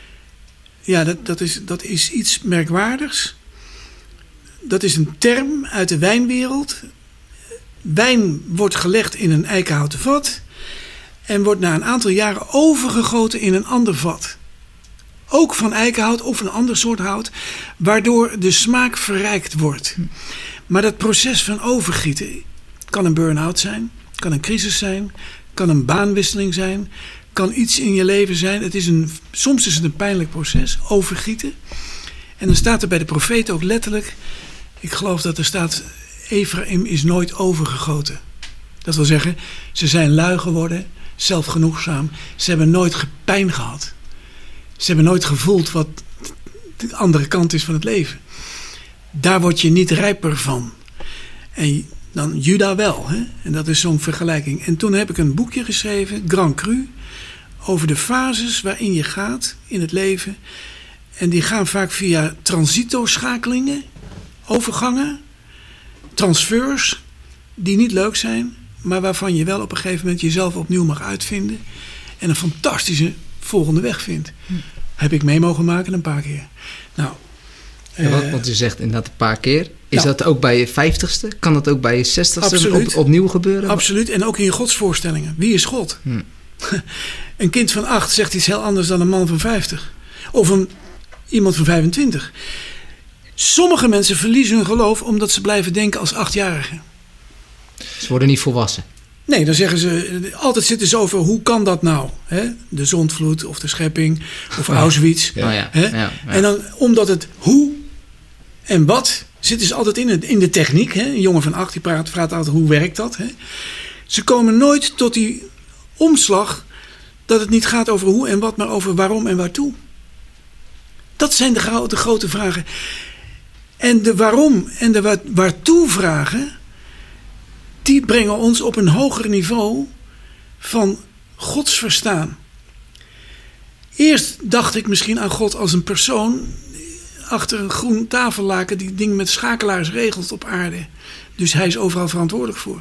ja, dat, dat, is, dat is iets merkwaardigs. Dat is een term uit de wijnwereld. Wijn wordt gelegd in een eikenhouten vat en wordt na een aantal jaren overgegoten in een ander vat. Ook van eikenhout of een ander soort hout, waardoor de smaak verrijkt wordt. Maar dat proces van overgieten kan een burn-out zijn, kan een crisis zijn, kan een baanwisseling zijn, kan iets in je leven zijn. Het is een, soms is het een pijnlijk proces, overgieten. En dan staat er bij de profeet ook letterlijk, ik geloof dat er staat, Ephraim is nooit overgegoten. Dat wil zeggen, ze zijn lui geworden zelfgenoegzaam. Ze hebben nooit pijn gehad. Ze hebben nooit gevoeld wat de andere kant is van het leven. Daar word je niet rijper van. En dan Juda wel. Hè? En dat is zo'n vergelijking. En toen heb ik een boekje geschreven, Grand Cru, over de fases waarin je gaat in het leven. En die gaan vaak via transito-schakelingen, overgangen, transfers, die niet leuk zijn, maar waarvan je wel op een gegeven moment jezelf opnieuw mag uitvinden en een fantastische volgende weg vindt. Hm. Heb ik mee mogen maken een paar keer. Nou, ja, wat, wat u zegt inderdaad een paar keer. Is nou, dat ook bij je vijftigste? Kan dat ook bij je zestigste op, opnieuw gebeuren? Absoluut. En ook in je godsvoorstellingen. Wie is God? Hm. Een kind van acht zegt iets heel anders dan een man van vijftig. Of een, iemand van vijfentwintig. Sommige mensen verliezen hun geloof omdat ze blijven denken als achtjarigen. Ze worden niet volwassen. Nee, dan zeggen ze, altijd zitten ze over hoe kan dat nou? Hè? De zondvloed of de schepping of Auschwitz. Ja. Ja, ja, ja. En dan omdat het hoe en wat zitten ze altijd in, het, in de techniek. Hè? Een jongen van acht die praat, vraagt altijd hoe werkt dat? Hè? Ze komen nooit tot die omslag dat het niet gaat over hoe en wat, maar over waarom en waartoe. Dat zijn de grote, grote vragen. En de waarom en de waartoe vragen, die brengen ons op een hoger niveau van Gods verstaan. Eerst dacht ik misschien aan God als een persoon achter een groen tafellaken die dingen met schakelaars regelt op aarde. Dus hij is overal verantwoordelijk voor.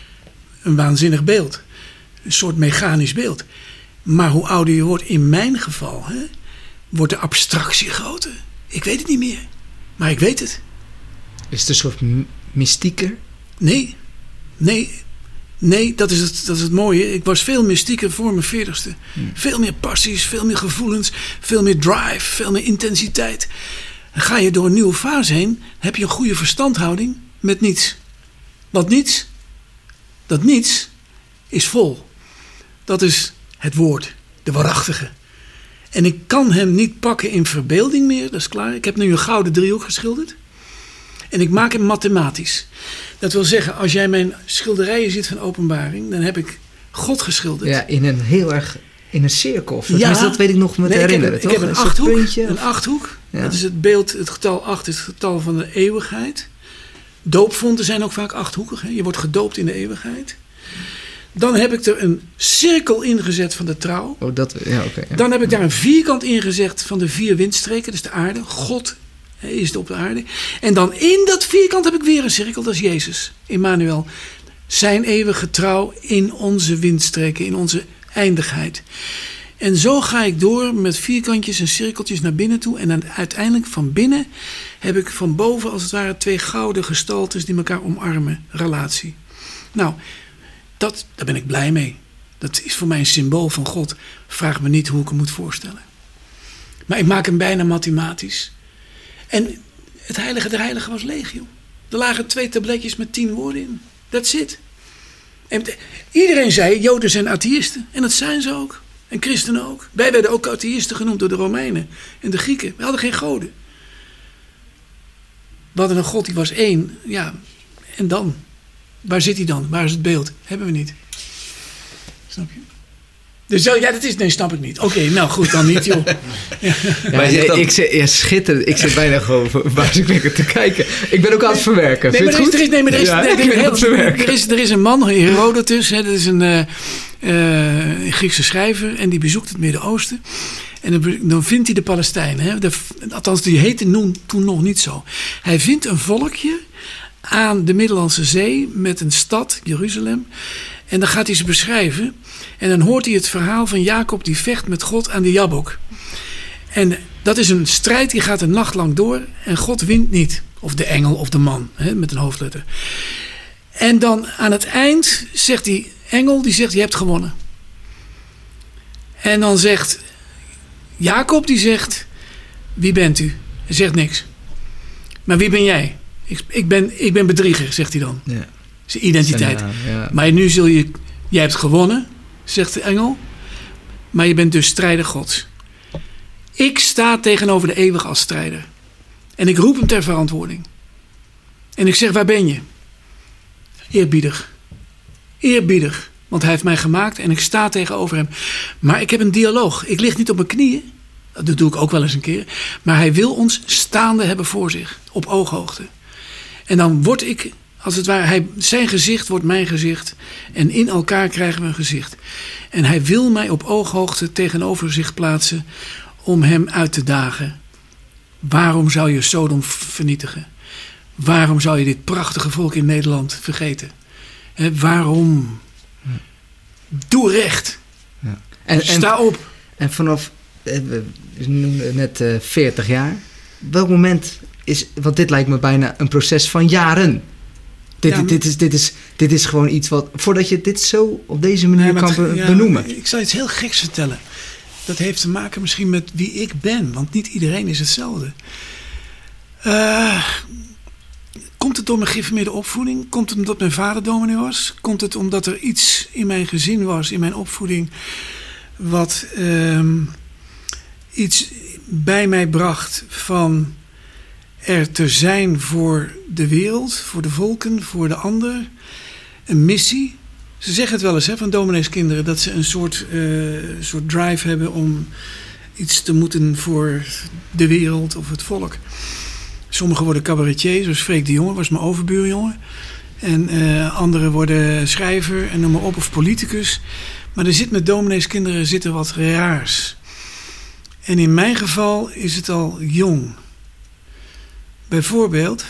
Een waanzinnig beeld. Een soort mechanisch beeld. Maar hoe ouder je wordt, in mijn geval, hè, wordt de abstractie groter. Ik weet het niet meer. Maar ik weet het. Is het een soort m- mystieker? Nee. Nee. Nee, dat is, het, dat is het mooie. Ik was veel mystieker voor mijn veertigste. Hmm. Veel meer passies, veel meer gevoelens, veel meer drive, veel meer intensiteit. En ga je door een nieuwe fase heen, heb je een goede verstandhouding met niets. Wat niets? Dat niets is vol. Dat is het woord, de waarachtige. En ik kan hem niet pakken in verbeelding meer, dat is klaar. Ik heb nu een gouden driehoek geschilderd. En ik maak hem mathematisch. Dat wil zeggen, als jij mijn schilderijen ziet van Openbaring, dan heb ik God geschilderd. Ja, in een heel erg, in een cirkel. Ja, dat weet ik nog met nee, herinneren, ik heb, toch? Ik heb een, een achthoek. Puntje, een achthoek. Ja. Dat is het beeld, het getal acht is het getal van de eeuwigheid. Doopfonten zijn ook vaak achthoekig. Hè? Je wordt gedoopt in de eeuwigheid. Dan heb ik er een cirkel ingezet van de trouw. Oh, dat, ja, okay, ja. Dan heb ik daar een vierkant ingezet van de vier windstreken. Dus de aarde. God is op de aarde. En dan in dat vierkant heb ik weer een cirkel. Dat is Jezus. Immanuel. Zijn eeuwige trouw in onze windstreken. In onze eindigheid. En zo ga ik door met vierkantjes en cirkeltjes naar binnen toe. En dan uiteindelijk van binnen heb ik van boven als het ware twee gouden gestaltes die elkaar omarmen. Relatie. Nou, dat, daar ben ik blij mee. Dat is voor mij een symbool van God. Vraag me niet hoe ik hem moet voorstellen. Maar ik maak hem bijna mathematisch. En het heilige der heiligen was legio. Er lagen twee tabletjes met tien woorden in. That's it. En iedereen zei, Joden zijn atheïsten. En dat zijn ze ook. En christenen ook. Wij werden ook atheïsten genoemd door de Romeinen en de Grieken. We hadden geen goden. We hadden een God die was één. Ja, en dan? Waar zit hij dan? Waar is het beeld? Hebben we niet. Snap je? Dus ja, dat is... Nee, snap ik niet. Oké, okay, nou goed, dan niet, joh. Ja. Ja, maar ik, ik, ik, ja, schitterend. Ik zit bijna gewoon verbazingwekkend te kijken. Ik ben ook aan het verwerken. Nee, maar er is, er is, nee, maar er is, ja, nee, nee, heel, er is, er is een man, Herodotus, hè, dat is een uh, uh, Griekse schrijver, en die bezoekt het Midden-Oosten. En dan, dan vindt hij de Palestijnen. Hè, de, althans, die heette toen nog niet zo. Hij vindt een volkje aan de Middellandse Zee met een stad, Jeruzalem. En dan gaat hij ze beschrijven. En dan hoort hij het verhaal van Jacob die vecht met God aan de Jabbok. En dat is een strijd die gaat een nacht lang door. En God wint niet. Of de engel of de man, hè, met een hoofdletter. En dan aan het eind zegt die engel, die zegt, je hebt gewonnen. En dan zegt Jacob, die zegt, wie bent u? Hij zegt niks. Maar wie ben jij? Ik, ik, ben, ik ben bedrieger, zegt hij dan. Ja. Zijn identiteit. Ja, ja. Maar nu zul je, jij hebt gewonnen, zegt de engel. Maar je bent dus strijder Gods. Ik sta tegenover de eeuwige als strijder. En ik roep hem ter verantwoording. En ik zeg, waar ben je? Eerbiedig. Eerbiedig. Want hij heeft mij gemaakt en ik sta tegenover hem. Maar ik heb een dialoog. Ik lig niet op mijn knieën. Dat doe ik ook wel eens een keer. Maar hij wil ons staande hebben voor zich. Op ooghoogte. En dan word ik, als het ware, hij, zijn gezicht wordt mijn gezicht. En in elkaar krijgen we een gezicht. En hij wil mij op ooghoogte tegenover zich plaatsen. Om hem uit te dagen. Waarom zou je Sodom vernietigen? Waarom zou je dit prachtige volk in Nederland vergeten? He, waarom? Doe recht. Ja. En, Sta en, op. En vanaf, we noemden net uh, veertig jaar. Welk moment is, want dit lijkt me bijna een proces van jaren. Dit, ja, dit, is, dit, is, dit is gewoon iets wat, voordat je dit zo op deze manier ja, kan be, ja, benoemen. Ik zal iets heel geks vertellen. Dat heeft te maken misschien met wie ik ben. Want niet iedereen is hetzelfde. Uh, komt het door mijn geïnformeerde opvoeding? Komt het omdat mijn vader dominee was? Komt het omdat er iets in mijn gezin was, in mijn opvoeding, wat uh, iets bij mij bracht van er te zijn voor de wereld, voor de volken, voor de ander. Een missie. Ze zeggen het wel eens hè, van domineeskinderen, dat ze een soort, uh, soort drive hebben om iets te moeten voor de wereld of het volk. Sommigen worden cabaretier, zoals Freek de Jonge, was mijn overbuurjongen. En uh, anderen worden schrijver en noem maar op, of politicus. Maar er zit met domineeskinderen zit er wat raars. En in mijn geval is het al jong. Bijvoorbeeld,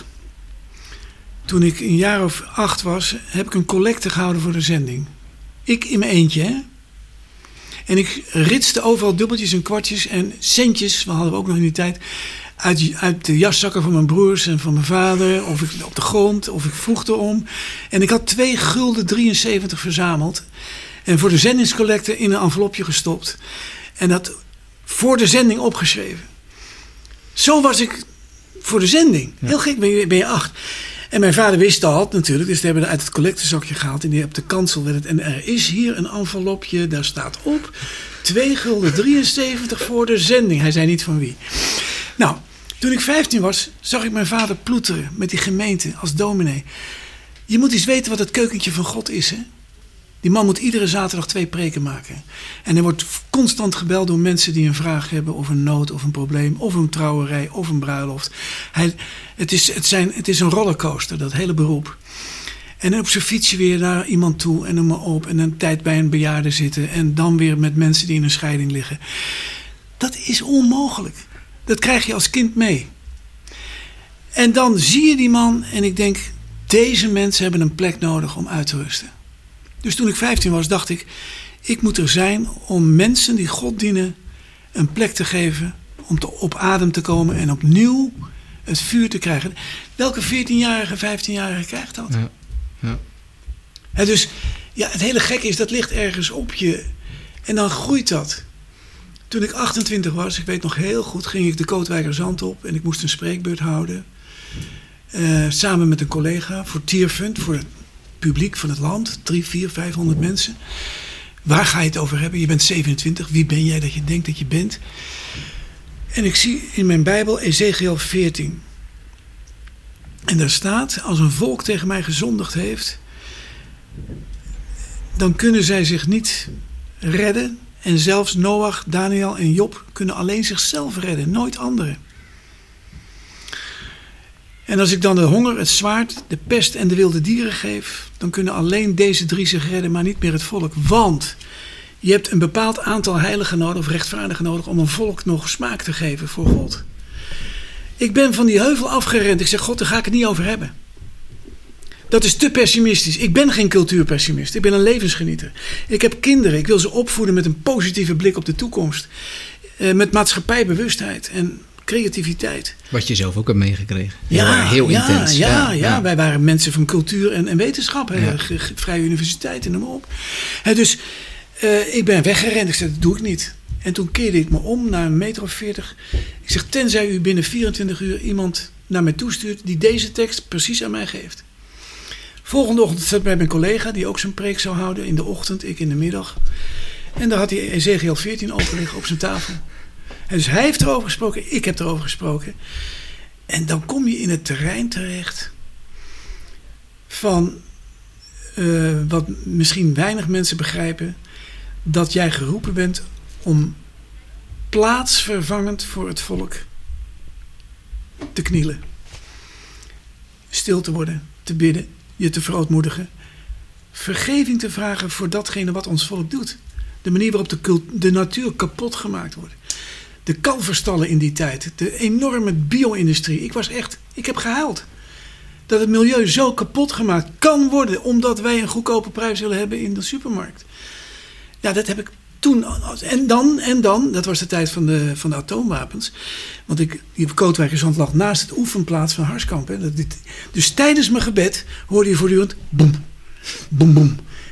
toen ik een jaar of acht was, heb ik een collecte gehouden voor de zending. Ik in mijn eentje, hè. En ik ritste overal dubbeltjes en kwartjes en centjes, we hadden we ook nog in die tijd, uit, uit de jaszakken van mijn broers en van mijn vader, of ik op de grond, of ik vroeg erom. En ik had twee gulden drieënzeventig verzameld en voor de zendingscollecte in een envelopje gestopt. En dat voor de zending opgeschreven. Zo was ik voor de zending. Heel gek, ben je, ben je acht. En mijn vader wist dat natuurlijk, dus die hebben we uit het collectezakje gehaald en die op de kansel werd het. En er is hier een envelopje, daar staat op twee gulden drieënzeventig voor de zending. Hij zei niet van wie. Nou, toen ik vijftien was, zag ik mijn vader ploeteren met die gemeente als dominee. Je moet eens weten wat het keukentje van God is, hè? Die man moet iedere zaterdag twee preken maken. En hij wordt constant gebeld door mensen die een vraag hebben, of een nood, of een probleem, of een trouwerij, of een bruiloft. Hij, het, is, het, zijn, het is een rollercoaster, dat hele beroep. En op zijn fietsje weer naar iemand toe en noem maar op. En een tijd bij een bejaarde zitten. En dan weer met mensen die in een scheiding liggen. Dat is onmogelijk. Dat krijg je als kind mee. En dan zie je die man en ik denk, deze mensen hebben een plek nodig om uit te rusten. Dus toen ik vijftien was, dacht ik, ik moet er zijn om mensen die God dienen een plek te geven, om te, op adem te komen en opnieuw het vuur te krijgen. Welke veertienjarige, vijftienjarige krijgt dat? Ja. Ja. He, dus ja, het hele gekke is, dat ligt ergens op je en dan groeit dat. Toen ik achtentwintig was, ik weet nog heel goed, ging ik de Kootwijkerzand op en ik moest een spreekbeurt houden. Uh, samen met een collega voor Tierfund, voor het publiek van het land, drie, vier, vijfhonderd mensen. Waar ga je het over hebben? Je bent zevenentwintig, wie ben jij dat je denkt dat je bent? En ik zie in mijn Bijbel Ezechiel veertien. En daar staat, als een volk tegen mij gezondigd heeft, dan kunnen zij zich niet redden. En zelfs Noach, Daniel en Job kunnen alleen zichzelf redden, nooit anderen. En als ik dan de honger, het zwaard, de pest en de wilde dieren geef, dan kunnen alleen deze drie zich redden, maar niet meer het volk. Want je hebt een bepaald aantal heiligen nodig, of rechtvaardigen nodig, om een volk nog smaak te geven voor God. Ik ben van die heuvel afgerend. Ik zeg, God, daar ga ik het niet over hebben. Dat is te pessimistisch. Ik ben geen cultuurpessimist. Ik ben een levensgenieter. Ik heb kinderen. Ik wil ze opvoeden met een positieve blik op de toekomst. Uh, met maatschappijbewustheid en creativiteit. Wat je zelf ook hebt meegekregen. Ja, heel ja, intens. Ja, ja, ja, ja, wij waren mensen van cultuur en, en wetenschap. Hè, ja. Vrije universiteit en noem maar op. Hè, dus uh, ik ben weggerend. Ik zei, dat doe ik niet. En toen keerde ik me om naar een meter of veertig. Ik zeg, tenzij u binnen vierentwintig uur iemand naar mij toestuurt die deze tekst precies aan mij geeft. Volgende ochtend zat bij mijn collega die ook zijn preek zou houden. In de ochtend, ik in de middag. En daar had hij Ezechiel veertien open liggen op zijn tafel. En dus hij heeft erover gesproken, ik heb erover gesproken. En dan kom je in het terrein terecht van uh, wat misschien weinig mensen begrijpen, dat jij geroepen bent om plaatsvervangend voor het volk te knielen. Stil te worden, te bidden, je te verootmoedigen. Vergeving te vragen voor datgene wat ons volk doet. De manier waarop de, cult- de natuur kapot gemaakt wordt. De kalverstallen in die tijd. De enorme bio-industrie. Ik was echt, ik heb gehuild. Dat het milieu zo kapot gemaakt kan worden, omdat wij een goedkope prijs willen hebben in de supermarkt. Ja, dat heb ik toen. En dan, en dan, dat was de tijd van de, van de atoomwapens. Want ik, die Kootwijkerzand lag naast het oefenplaats van Harskamp. Hè. Dat, dit, dus tijdens mijn gebed hoorde je voortdurend boem, boem, boem.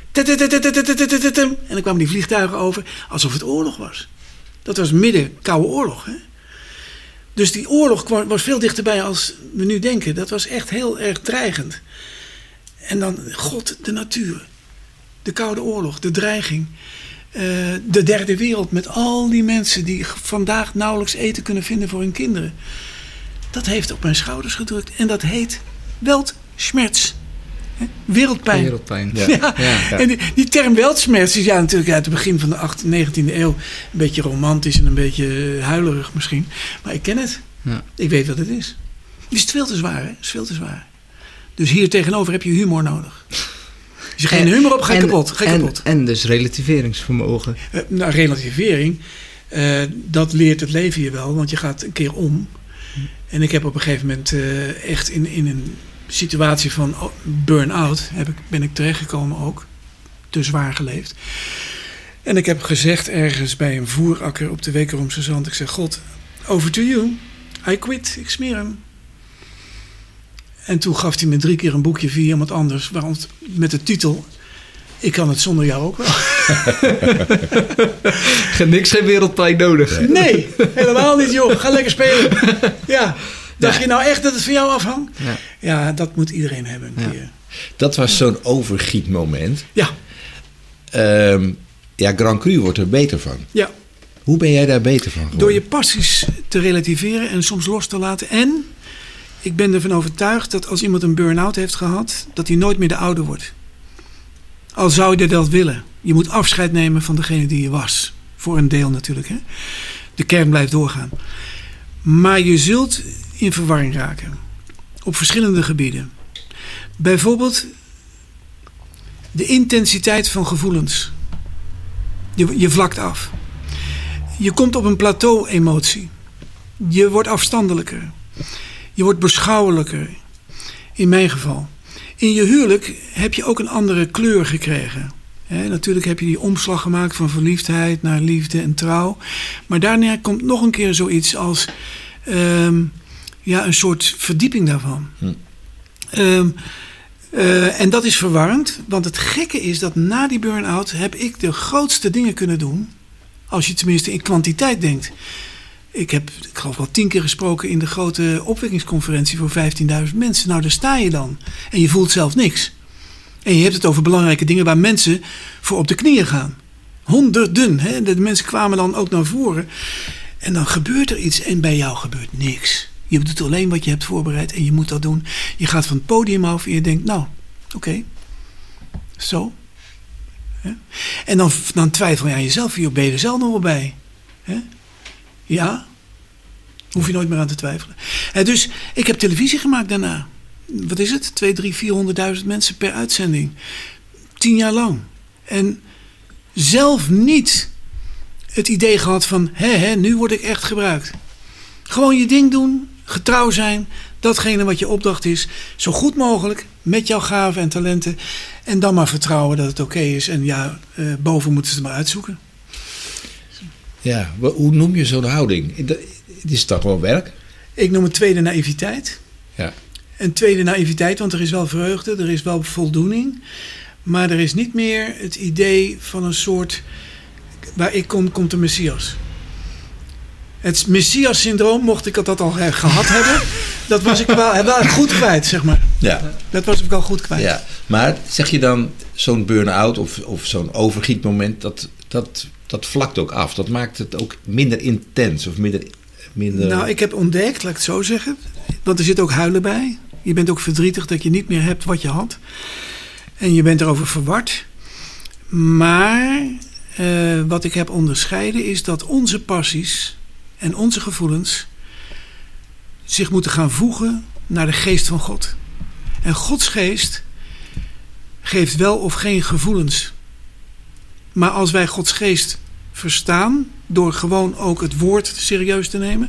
En dan kwamen die vliegtuigen over alsof het oorlog was. Dat was midden Koude Oorlog. Hè? Dus die oorlog kwam, was veel dichterbij als we nu denken. Dat was echt heel erg dreigend. En dan, God, de natuur. De Koude Oorlog, de dreiging. Uh, de derde wereld met al die mensen die vandaag nauwelijks eten kunnen vinden voor hun kinderen. Dat heeft op mijn schouders gedrukt. En dat heet Weltschmerz. Wereldpijn. Wereldpijn. Ja. Ja. Ja. En die, die term Weltschmerz is ja, natuurlijk uit het begin van de negentiende eeuw een beetje romantisch en een beetje huilerig misschien. Maar ik ken het. Ja. Ik weet wat het is. Het is veel te zwaar, hè? Het is veel te zwaar. Dus hier tegenover heb je humor nodig. Als je geen en, humor op, ga je en, kapot. Ga je en, kapot. En dus relativeringsvermogen. Uh, nou, relativering, uh, dat leert het leven je wel, want je gaat een keer om. Hm. En ik heb op een gegeven moment uh, echt in, in een situatie van burn-out heb ik, ben ik terechtgekomen ook. Te zwaar geleefd. En ik heb gezegd ergens bij een voerakker op de Wekeromse Zand. Ik zeg, God, over to you. I quit. Ik smeer hem. En toen gaf hij me drie keer een boekje via iemand anders. Met de titel, ik kan het zonder jou ook wel. Niks, geen wereldpijn nodig. Nee, helemaal niet joh. Ga lekker spelen. Ja. Dacht ja. je nou echt dat het van jou afhangt? Ja, ja dat moet iedereen hebben. Ja. Dat was zo'n overgietmoment. Ja. Um, ja, Grand Cru wordt er beter van. Ja. Hoe ben jij daar beter van geworden? Door je passies te relativeren en soms los te laten. En ik ben ervan overtuigd dat als iemand een burn-out heeft gehad, dat hij nooit meer de oude wordt. Al zou je dat willen. Je moet afscheid nemen van degene die je was. Voor een deel natuurlijk. Hè? De kern blijft doorgaan. Maar je zult in verwarring raken. Op verschillende gebieden. Bijvoorbeeld de intensiteit van gevoelens. Je, je vlakt af. Je komt op een plateau-emotie. Je wordt afstandelijker. Je wordt beschouwelijker. In mijn geval. In je huwelijk heb je ook een andere kleur gekregen. He, natuurlijk heb je die omslag gemaakt van verliefdheid naar liefde en trouw. Maar daarna komt nog een keer zoiets als um, ja, een soort verdieping daarvan. Hm. Um, uh, en dat is verwarrend. Want het gekke is dat na die burn-out heb ik de grootste dingen kunnen doen. Als je tenminste in kwantiteit denkt. Ik heb, ik geloof wel tien keer gesproken in de grote opwekkingsconferentie voor vijftienduizend mensen. Nou, daar sta je dan. En je voelt zelf niks. En je hebt het over belangrijke dingen waar mensen voor op de knieën gaan. Honderden. Hè? De mensen kwamen dan ook naar voren. En dan gebeurt er iets en bij jou gebeurt niks. Je doet alleen wat je hebt voorbereid en je moet dat doen. Je gaat van het podium af en je denkt, nou, oké. Okay. Zo. Ja? En dan, dan twijfel je aan jezelf. Ben je er zelf nog wel bij? Hè? Ja. Hoef je nooit meer aan te twijfelen. En dus, ik heb televisie gemaakt daarna. Wat is het? Twee, drie, vierhonderdduizend mensen per uitzending. Tien jaar lang. En zelf niet het idee gehad van, hè, hè, nu word ik echt gebruikt. Gewoon je ding doen, getrouw zijn, datgene wat je opdracht is, zo goed mogelijk met jouw gaven en talenten. En dan maar vertrouwen dat het oké okay is. En ja, uh, boven moeten ze het maar uitzoeken. Ja, hoe noem je zo'n houding? Het is toch gewoon werk? Ik noem het tweede naïviteit. Ja. Een tweede naïviteit, want er is wel vreugde, er is wel voldoening. Maar er is niet meer het idee van een soort, waar ik kom, komt de Messias. Het Messias-syndroom, mocht ik dat al gehad hebben, dat was ik wel, wel goed kwijt, zeg maar. Ja. Dat was ik wel goed kwijt. Ja. Maar zeg je dan, zo'n burn-out of, of zo'n overgietmoment, dat, dat, dat vlakt ook af. Dat maakt het ook minder intens of minder, minder... Nou, ik heb ontdekt, laat ik het zo zeggen, want er zit ook huilen bij. Je bent ook verdrietig dat je niet meer hebt wat je had. En je bent erover verward. Maar uh, wat ik heb onderscheiden is dat onze passies en onze gevoelens zich moeten gaan voegen naar de geest van God. En Gods geest geeft wel of geen gevoelens. Maar als wij Gods geest verstaan, door gewoon ook het woord serieus te nemen,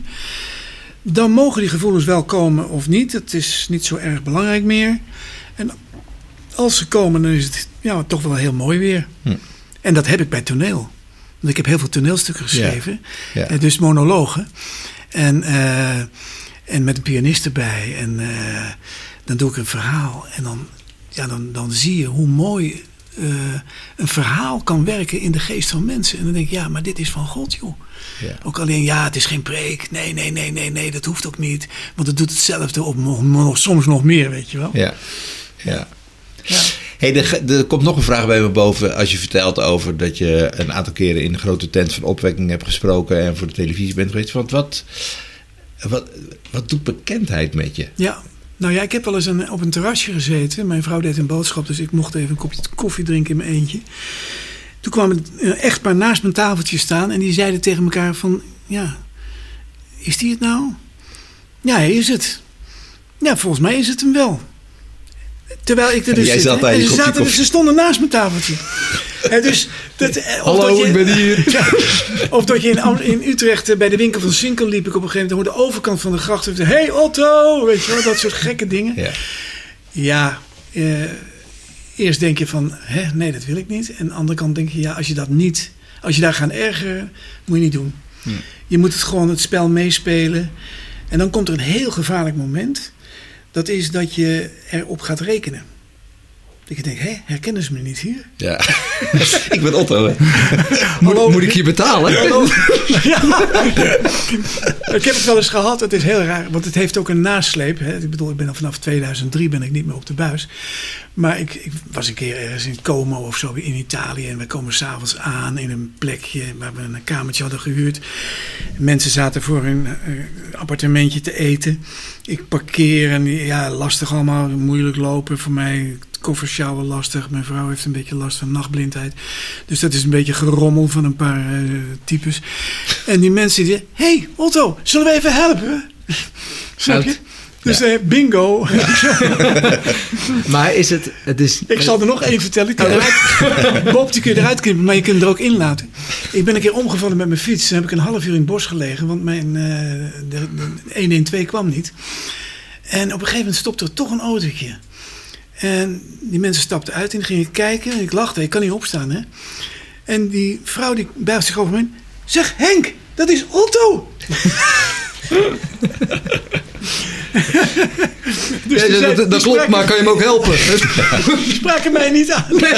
dan mogen die gevoelens wel komen of niet. Het is niet zo erg belangrijk meer. En als ze komen, dan is het ja, toch wel heel mooi weer. Hm. En dat heb ik bij toneel. Want ik heb heel veel toneelstukken geschreven. Ja. Ja. Dus monologen. En, uh, en met een pianist erbij. En uh, dan doe ik een verhaal. En dan, ja, dan, dan zie je hoe mooi uh, een verhaal kan werken in de geest van mensen. En dan denk ik, ja, maar dit is van God, joh. Ja. Ook alleen, ja, het is geen preek. Nee, nee, nee, nee, nee, dat hoeft ook niet. Want het doet hetzelfde, of nog, soms nog meer, weet je wel. Ja, ja. ja. Hey, er, er komt nog een vraag bij me boven als je vertelt over dat je een aantal keren in de grote tent van opwekking hebt gesproken en voor de televisie bent geweest. Want wat, wat, wat doet bekendheid met je? Ja, nou ja, ik heb wel eens een, op een terrasje gezeten. Mijn vrouw deed een boodschap, dus ik mocht even een kopje koffie drinken in mijn eentje. Toen kwam een echtpaar naast mijn tafeltje staan en die zeiden tegen elkaar van, ja, is die het nou? Ja, hij is het. Ja, volgens mij is het hem wel. Terwijl ik er dus Jij zit. Zat En ze, zaten, ze stonden naast mijn tafeltje. En dus, dat, Hallo, dat je, ik ben hier. Ja, of dat je in, in Utrecht bij de winkel van Sinkel liep ik op een gegeven moment aan de overkant van de gracht. Hé hey Otto, weet je wel, dat soort gekke dingen. Ja, ja uh, eerst denk je van, hè, nee, dat wil ik niet. En aan de andere kant denk je, ja, als je dat niet, als je daar gaat ergeren, moet je niet doen. Hm. Je moet het gewoon het spel meespelen. En dan komt er een heel gevaarlijk moment. Dat is dat je erop gaat rekenen. Dat je denkt, hé, herkennen ze me niet hier? Ja, ik ben Otto. Moet, moet ik je betalen? Ja. Ik heb het wel eens gehad, het is heel raar. Want het heeft ook een nasleep. Hè. Ik bedoel, ik ben al vanaf tweeduizend drie ben ik niet meer op de buis. Maar ik, ik was een keer ergens in Como of zo in Italië. En we komen s'avonds aan in een plekje waar we een kamertje hadden gehuurd. Mensen zaten voor hun uh, appartementje te eten. Ik parkeer en ja, lastig allemaal, moeilijk lopen voor mij. Koffers sjouwen lastig. Mijn vrouw heeft een beetje last van nachtblindheid. Dus dat is een beetje gerommel van een paar uh, types. En die mensen die zeggen, hé hey, Otto, zullen we even helpen? Snap je? Dus ja. uh, bingo. Maar is het... het is, ik zal er nog één vertellen. Ik kan eruit, Bob, die kun je eruit knippen, maar je kunt hem er ook in laten. Ik ben een keer omgevallen met mijn fiets. Dan heb ik een half uur in het bos gelegen. Want mijn uh, de, de een een twee kwam niet. En op een gegeven moment stopte er toch een autootje. En die mensen stapten uit en gingen kijken. En ik lachte, ik kan niet opstaan, hè. En die vrouw die buigt zich over me heen. Zeg, Henk, dat is Otto. Dus ja, dat, dat, dat klopt, maar kan je hem ook helpen? Die spraken mij niet aan. Nee.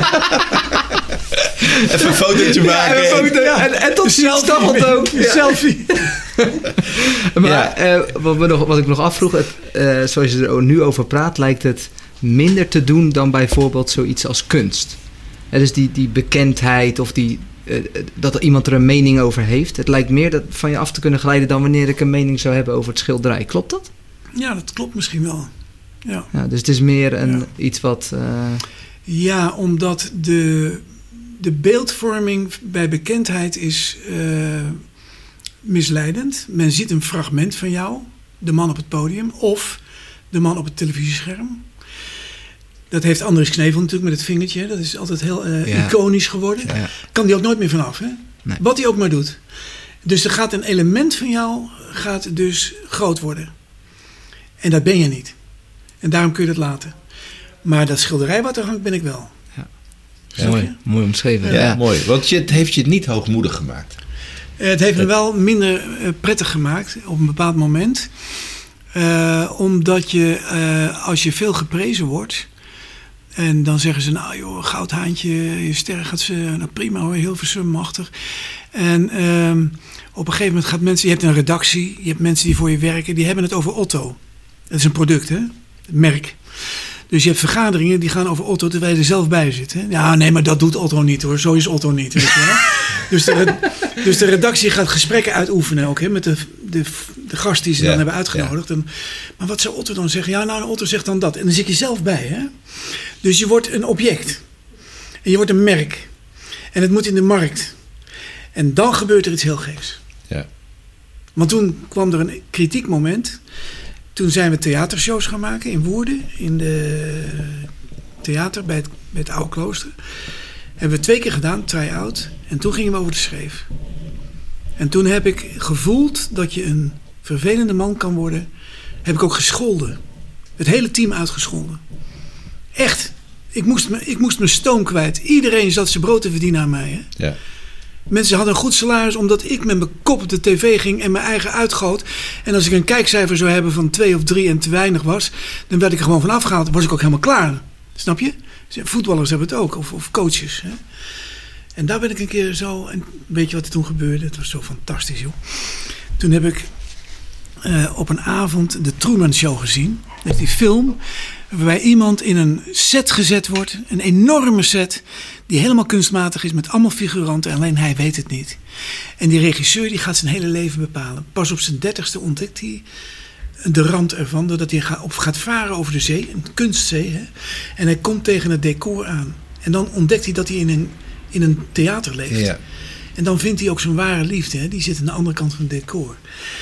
Even een fotootje maken. Ja, een foto, ja. En, en tot ziens, dag ook. Een selfie. Maar ja. uh, wat, we nog, wat ik nog afvroeg, het, uh, zoals je er nu over praat, lijkt het minder te doen dan bijvoorbeeld zoiets als kunst. Uh, dus die, die bekendheid of die, uh, dat er iemand er een mening over heeft. Het lijkt meer dat van je af te kunnen glijden dan wanneer ik een mening zou hebben over het schilderij. Klopt dat? Ja, dat klopt misschien wel. Ja. Ja, dus het is meer een, ja. iets wat... Uh... Ja, omdat de, de beeldvorming bij bekendheid is uh, misleidend. Men ziet een fragment van jou, de man op het podium, of de man op het televisiescherm. Dat heeft Andries Knevel natuurlijk met het vingertje. Dat is altijd heel uh, ja. iconisch geworden. Ja. Kan die ook nooit meer vanaf, hè? Nee. Wat hij ook maar doet. Dus er gaat een element van jou gaat dus groot worden. En dat ben je niet. En daarom kun je dat laten. Maar dat schilderij wat er hangt, ben ik wel. Ja. Ja, mooi, mooi omschreven. Ja, ja, mooi. Want je, het heeft je het niet hoogmoedig gemaakt. Uh, het heeft me wel minder uh, prettig gemaakt op een bepaald moment. Uh, omdat je, uh, als je veel geprezen wordt... En dan zeggen ze, nou joh, goudhaantje, je ster gaat ze, nou prima hoor, Hilversum, machtig. En um, op een gegeven moment gaat mensen, je hebt een redactie, je hebt mensen die voor je werken, die hebben het over Otto. Dat is een product, hè, het merk. Dus Dus je hebt vergaderingen die gaan over Otto terwijl je er zelf bij zit. Hè? Ja, nee, maar dat doet Otto niet hoor. Zo is Otto niet. Weet je wel? dus, de, dus de redactie gaat gesprekken uitoefenen ook. Hè, met de, de, de gast die ze ja, dan hebben uitgenodigd. Ja. En, maar wat zou Otto dan zeggen? Ja, nou, Otto zegt dan dat. En dan zit je zelf bij. Hè? Dus je wordt een object. En je wordt een merk. En het moet in de markt. En dan gebeurt er iets heel geks. Ja. Want toen kwam er een kritiek moment. Toen zijn we theatershows gaan maken in Woerden. In de theater bij het, bij het Oude Klooster. Hebben we twee keer gedaan, try-out. En toen gingen we over de schreef. En toen heb ik gevoeld dat je een vervelende man kan worden. Heb ik ook gescholden. Het hele team uitgescholden. Echt. Ik moest, me, ik moest mijn stoom kwijt. Iedereen zat zijn brood te verdienen aan mij. Hè? Ja. Mensen hadden een goed salaris omdat ik met mijn kop op de tv ging en mijn eigen uitgoot. En als ik een kijkcijfer zou hebben van twee of drie en te weinig was, dan werd ik er gewoon van afgehaald. Dan was ik ook helemaal klaar. Snap je? Voetballers hebben het ook, of, of coaches. Hè? En daar ben ik een keer zo, en weet je wat er toen gebeurde? Het was zo fantastisch, joh. Toen heb ik uh, op een avond de Truman Show gezien. Dat is die film waarbij iemand in een set gezet wordt. Een enorme set die helemaal kunstmatig is met allemaal figuranten. Alleen hij weet het niet. En die regisseur die gaat zijn hele leven bepalen. Pas op zijn dertigste ontdekt hij de rand ervan. Doordat hij op gaat varen over de zee. Een kunstzee. Hè? En hij komt tegen het decor aan. En dan ontdekt hij dat hij in een, in een theater leeft. Ja. En dan vindt hij ook zijn ware liefde. Hè? Die zit aan de andere kant van het decor.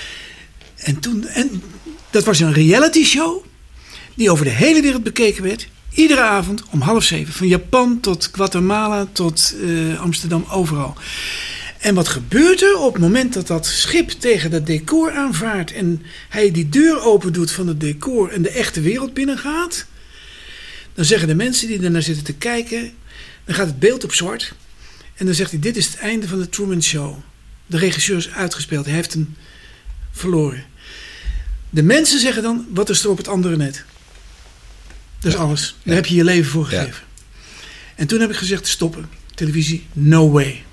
En toen... En dat was een reality show die over de hele wereld bekeken werd. Iedere avond om half zeven. Van Japan tot Guatemala tot uh, Amsterdam, overal. En wat gebeurt er op het moment dat dat schip tegen dat decor aanvaart en hij die deur open doet van het decor en de echte wereld binnengaat? Dan zeggen de mensen die ernaar zitten te kijken, dan gaat het beeld op zwart. En dan zegt hij, dit is het einde van de Truman Show. De regisseur is uitgespeeld, hij heeft hem verloren. De mensen zeggen dan, wat is er op het andere net? Dat is ja. alles. Daar ja. heb je je leven voor gegeven. Ja. En toen heb ik gezegd, stoppen. Televisie, no way.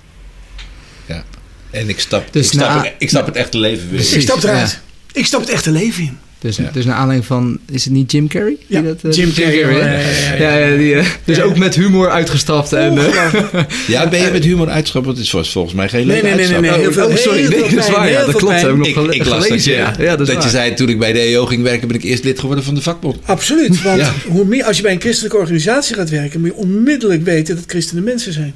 Ja. En ik stap, dus ik stap, na, het, ik stap het echte leven weer. Ik stap eruit. Ja. Ik stap het echte leven in. Dus, ja. dus naar aanleiding van, is het niet Jim Carrey? Ja, die dat, uh, Jim Carrey. Carrey ja, ja, ja, ja, ja, die, uh, dus ja, ja. ook met humor uitgestapt. En, uh, ja, ben je met humor uitgestapt? Want het is volgens mij geen leuke nee, nee, nee, nee, nee, heel veel, oh, sorry, heel nee, dat is waar. Ja, dat klopt. Heb ik nog ik, gele- ik las gelezen. dat je, ja, ja, dat, dat je zei, toen ik bij de E O ging werken, ben ik eerst lid geworden van de vakbond. Absoluut. Want ja. hoe meer, als je bij een christelijke organisatie gaat werken, moet je onmiddellijk weten dat christenen mensen zijn.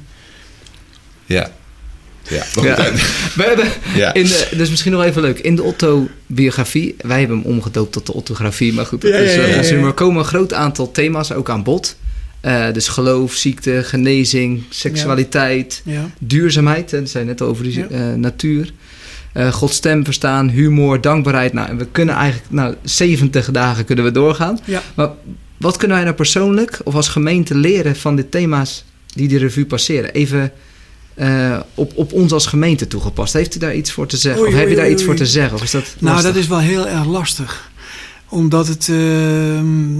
Ja. Ja, ja. We hebben ja. in de, dus misschien nog even leuk. In de Otto-biografie, wij hebben hem omgedoopt tot de Ottografie, maar goed, dat ja, is, ja, ja, ja, ja. er komen een groot aantal thema's ook aan bod. Uh, dus geloof, ziekte, genezing, seksualiteit, ja. Ja. duurzaamheid. Hè, dat zei je net over die ja. uh, natuur. Uh, Gods stem verstaan, humor, dankbaarheid. Nou, en we kunnen eigenlijk, nou, zeventig dagen kunnen we doorgaan. Ja. Maar wat kunnen wij nou persoonlijk of als gemeente leren van de thema's die de revue passeren? Even... Uh, op, op ons als gemeente toegepast. Heeft u daar iets voor te zeggen? Oei, of heb je daar oei, iets oei. voor te zeggen? Of is dat lastig? Nou, dat is wel heel erg lastig. Omdat het... Uh,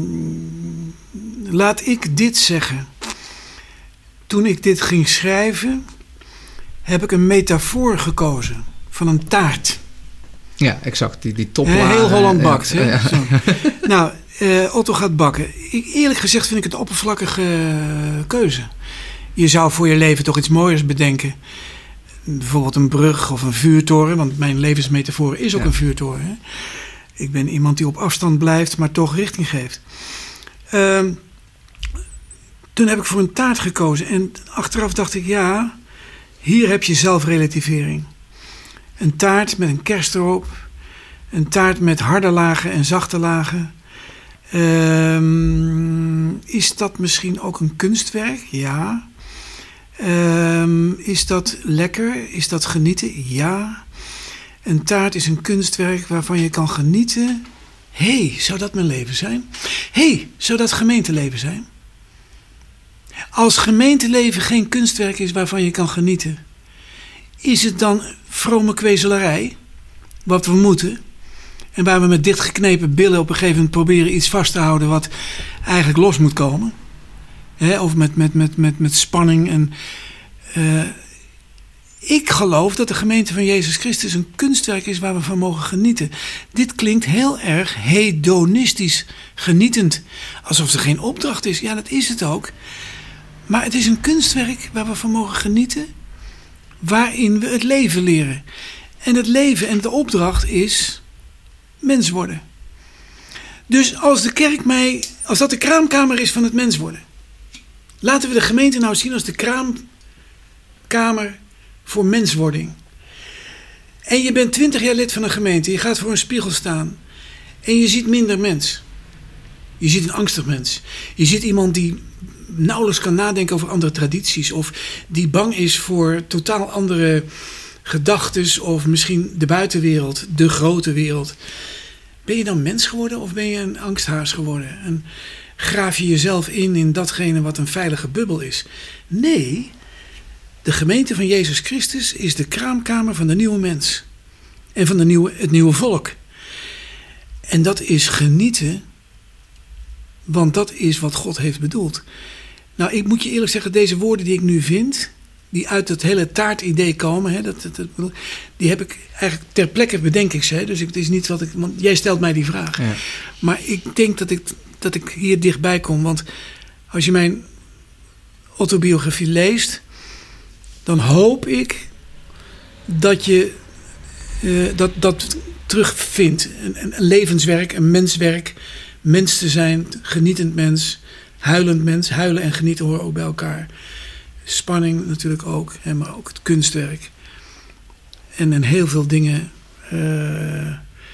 laat ik dit zeggen. Toen ik dit ging schrijven, heb ik een metafoor gekozen van een taart. Ja, exact. Die, die toplaag. Uh, heel Holland bakt. Uh, hè? Ja. Zo. Nou, uh, Otto gaat bakken. Ik, eerlijk gezegd vind ik het een oppervlakkige uh, keuze. Je zou voor je leven toch iets mooiers bedenken. Bijvoorbeeld een brug of een vuurtoren. Want mijn levensmetafoor is ook ja. een vuurtoren. Hè? Ik ben iemand die op afstand blijft, maar toch richting geeft. Uh, toen heb ik voor een taart gekozen. En achteraf dacht ik, ja, hier heb je zelfrelativering. Een taart met een kerst erop. Een taart met harde lagen en zachte lagen. Uh, is dat misschien ook een kunstwerk? Ja. Um, is dat lekker? Is dat genieten? Ja. Een taart is een kunstwerk waarvan je kan genieten. Hé, hey, zou dat mijn leven zijn? Hé, hey, zou dat gemeenteleven zijn? Als gemeenteleven geen kunstwerk is waarvan je kan genieten, is het dan vrome kwezelarij? Wat we moeten? En waar we met dichtgeknepen billen op een gegeven moment proberen iets vast te houden wat eigenlijk los moet komen. He, of met, met, met, met, met spanning. En, uh, Ik geloof dat de gemeente van Jezus Christus een kunstwerk is waar we van mogen genieten. Dit klinkt heel erg hedonistisch, genietend. Alsof er geen opdracht is. Ja, dat is het ook. Maar het is een kunstwerk waar we van mogen genieten. Waarin we het leven leren. En het leven en de opdracht is mens worden. Dus als de kerk mij, als dat de kraamkamer is van het mens worden. Laten we de gemeente nou zien als de kraamkamer voor menswording. En je bent twintig jaar lid van een gemeente. Je gaat voor een spiegel staan. En je ziet minder mens. Je ziet een angstig mens. Je ziet iemand die nauwelijks kan nadenken over andere tradities. Of die bang is voor totaal andere gedachtes. Of misschien de buitenwereld, de grote wereld. Ben je dan mens geworden of ben je een angsthaas geworden? En graaf je jezelf in in datgene wat een veilige bubbel is? Nee, de gemeente van Jezus Christus is de kraamkamer van de nieuwe mens. En van de nieuwe, het nieuwe volk. En dat is genieten, want dat is wat God heeft bedoeld. Nou, ik moet je eerlijk zeggen, deze woorden die ik nu vind, die uit dat hele taartidee komen, hè, dat, dat, dat, die heb ik eigenlijk ter plekke bedenk ik ze. Dus het is niet wat ik, want jij stelt mij die vraag. Ja. Maar ik denk dat ik, dat ik hier dichtbij kom, want als je mijn autobiografie leest, dan hoop ik dat je uh, dat, dat terugvindt. Een, een levenswerk, een menswerk, mens te zijn, genietend mens, huilend mens. Huilen en genieten horen ook bij elkaar. Spanning natuurlijk ook, hè, maar ook het kunstwerk. En in heel veel dingen uh,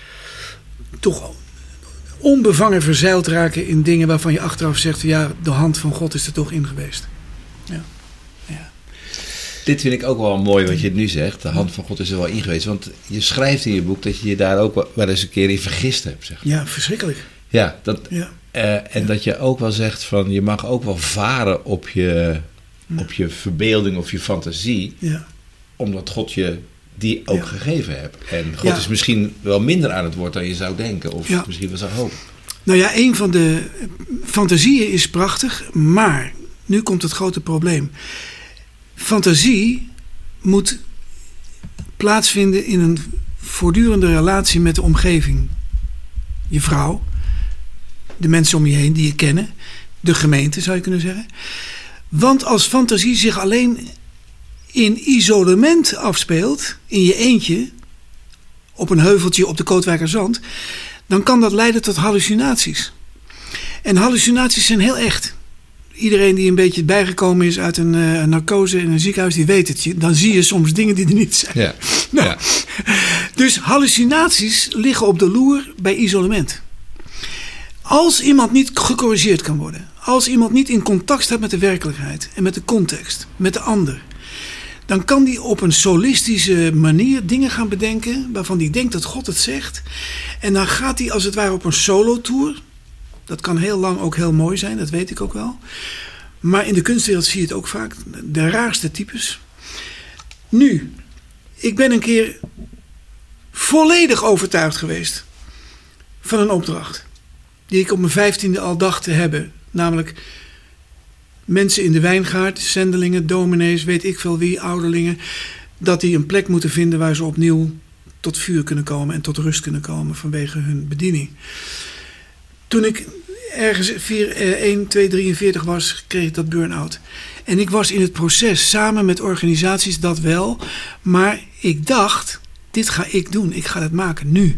toch onbevangen verzeild raken in dingen waarvan je achteraf zegt, ja, de hand van God is er toch in geweest. Ja. Ja. Dit vind ik ook wel mooi wat je nu zegt. De hand van God is er wel in geweest. Want je schrijft in je boek dat je je daar ook wel eens een keer in vergist hebt. Zeg maar. Ja, verschrikkelijk. Ja, dat, ja. Uh, en ja. dat je ook wel zegt van je mag ook wel varen op je, ja. op je verbeelding of je fantasie. Ja. Omdat God je die ook ja. gegeven hebt. En God ja. is misschien wel minder aan het woord dan je zou denken. Of ja. misschien wel zou hopen. Nou ja, een van de fantasieën is prachtig. Maar nu komt het grote probleem. Fantasie moet plaatsvinden in een voortdurende relatie met de omgeving. Je vrouw, de mensen om je heen die je kennen, de gemeente zou je kunnen zeggen. Want als fantasie zich alleen in isolement afspeelt, in je eentje, op een heuveltje op de Kootwijkerzand, dan kan dat leiden tot hallucinaties. En hallucinaties zijn heel echt. Iedereen die een beetje bijgekomen is uit een uh, narcose in een ziekenhuis, die weet het. Dan zie je soms dingen die er niet zijn. Ja. Nou, ja. Dus hallucinaties liggen op de loer bij isolement. Als iemand niet gecorrigeerd kan worden, als iemand niet in contact staat met de werkelijkheid en met de context, met de ander, dan kan die op een solistische manier dingen gaan bedenken waarvan die denkt dat God het zegt. En dan gaat hij als het ware op een solo-tour. Dat kan heel lang ook heel mooi zijn, dat weet ik ook wel. Maar in de kunstwereld zie je het ook vaak. De raarste types. Nu, ik ben een keer volledig overtuigd geweest van een opdracht. Die ik op mijn vijftiende al dacht te hebben. Namelijk mensen in de wijngaard, zendelingen, dominees, weet ik veel wie, ouderlingen. Dat die een plek moeten vinden waar ze opnieuw tot vuur kunnen komen en tot rust kunnen komen vanwege hun bediening. Toen ik ergens één, twee, drieënveertig was, kreeg ik dat burn-out. En ik was in het proces, samen met organisaties, dat wel. Maar ik dacht, dit ga ik doen. Ik ga het maken, nu.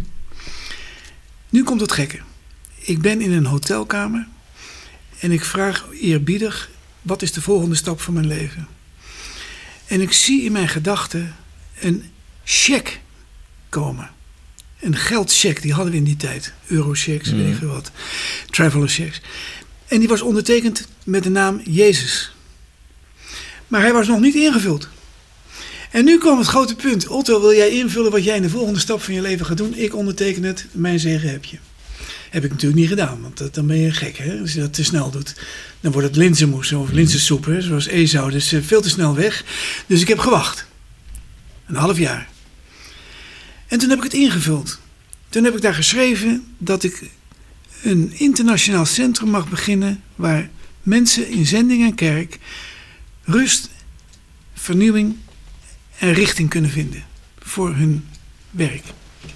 Nu komt het gekke. Ik ben in een hotelkamer. En ik vraag eerbiedig, wat is de volgende stap van mijn leven? En ik zie in mijn gedachten een cheque komen. Een geldcheck, die hadden we in die tijd. Eurochecks, mm. weet ik veel wat. Traveler checks. En die was ondertekend met de naam Jezus. Maar hij was nog niet ingevuld. En nu kwam het grote punt. Otto, wil jij invullen wat jij in de volgende stap van je leven gaat doen? Ik onderteken het, mijn zegen heb je. Heb ik natuurlijk niet gedaan, want dat, dan ben je gek. Hè? Als je dat te snel doet, dan wordt het linzenmoes of linzensoep, hè? Zoals Esau. Dus uh, veel te snel weg. Dus ik heb gewacht. Een half jaar. En toen heb ik het ingevuld. Toen heb ik daar geschreven dat ik een internationaal centrum mag beginnen waar mensen in zending en kerk rust, vernieuwing en richting kunnen vinden voor hun werk.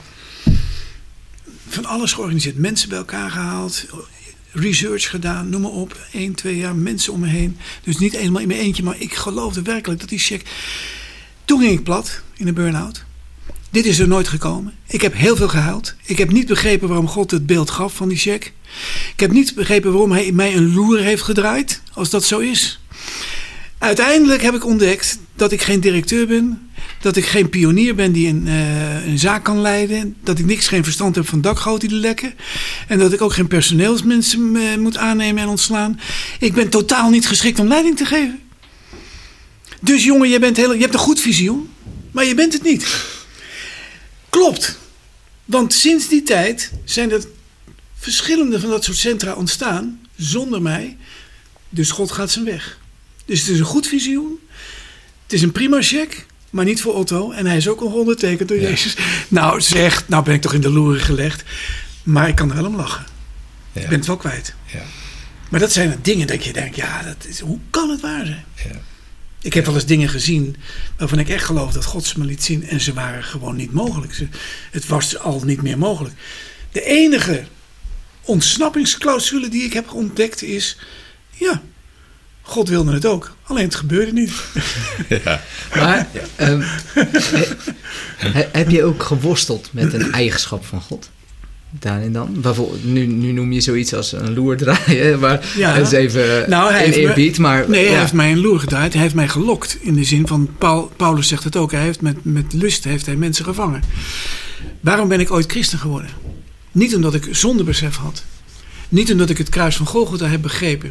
Van alles georganiseerd. Mensen bij elkaar gehaald. Research gedaan, noem maar op. Eén, twee jaar, mensen om me heen. Dus niet eenmaal in mijn eentje, maar ik geloofde werkelijk dat die check... Toen ging ik plat in een burn-out. Dit is er nooit gekomen. Ik heb heel veel gehuild. Ik heb niet begrepen waarom God het beeld gaf van die check. Ik heb niet begrepen waarom hij mij een loer heeft gedraaid, als dat zo is. Uiteindelijk heb ik ontdekt dat ik geen directeur ben. Dat ik geen pionier ben die een, uh, een zaak kan leiden. Dat ik niks, geen verstand heb van dakgoten die lekken. En dat ik ook geen personeelsmensen uh, moet aannemen en ontslaan. Ik ben totaal niet geschikt om leiding te geven. Dus jongen, je, bent heel, je hebt een goed visioen, maar je bent het niet. Klopt. Want sinds die tijd zijn er verschillende van dat soort centra ontstaan, zonder mij. Dus God gaat zijn weg. Dus het is een goed visioen. Het is een prima check, maar niet voor Otto. En hij is ook al ondertekend door ja. Jezus. Nou zeg, nou ben ik toch in de loeren gelegd. Maar ik kan er wel om lachen. Ja. Ik ben het wel kwijt. Ja. Maar dat zijn dingen dat je denkt, ja, dat is, hoe kan het waar zijn? Ja. Ik heb wel eens dingen gezien waarvan ik echt geloof dat God ze me liet zien. En ze waren gewoon niet mogelijk. Ze, het was al niet meer mogelijk. De enige ontsnappingsclausule die ik heb ontdekt is... Ja, God wilde het ook. Alleen het gebeurde niet. Ja. Maar um, he, heb je ook geworsteld met een eigenschap van God? Daarin dan? Bijvoorbeeld, nu, nu noem je zoiets als een loer draaien, maar ja. dat is even nou, hij een eerbied. Maar, nee, ja. hij heeft mij een loer gedraaid. Hij heeft mij gelokt. In de zin van, Paul, Paulus zegt het ook, hij heeft met, met lust heeft hij mensen gevangen. Waarom ben ik ooit christen geworden? Niet omdat ik zondebesef had. Niet omdat ik het kruis van Golgotha heb begrepen.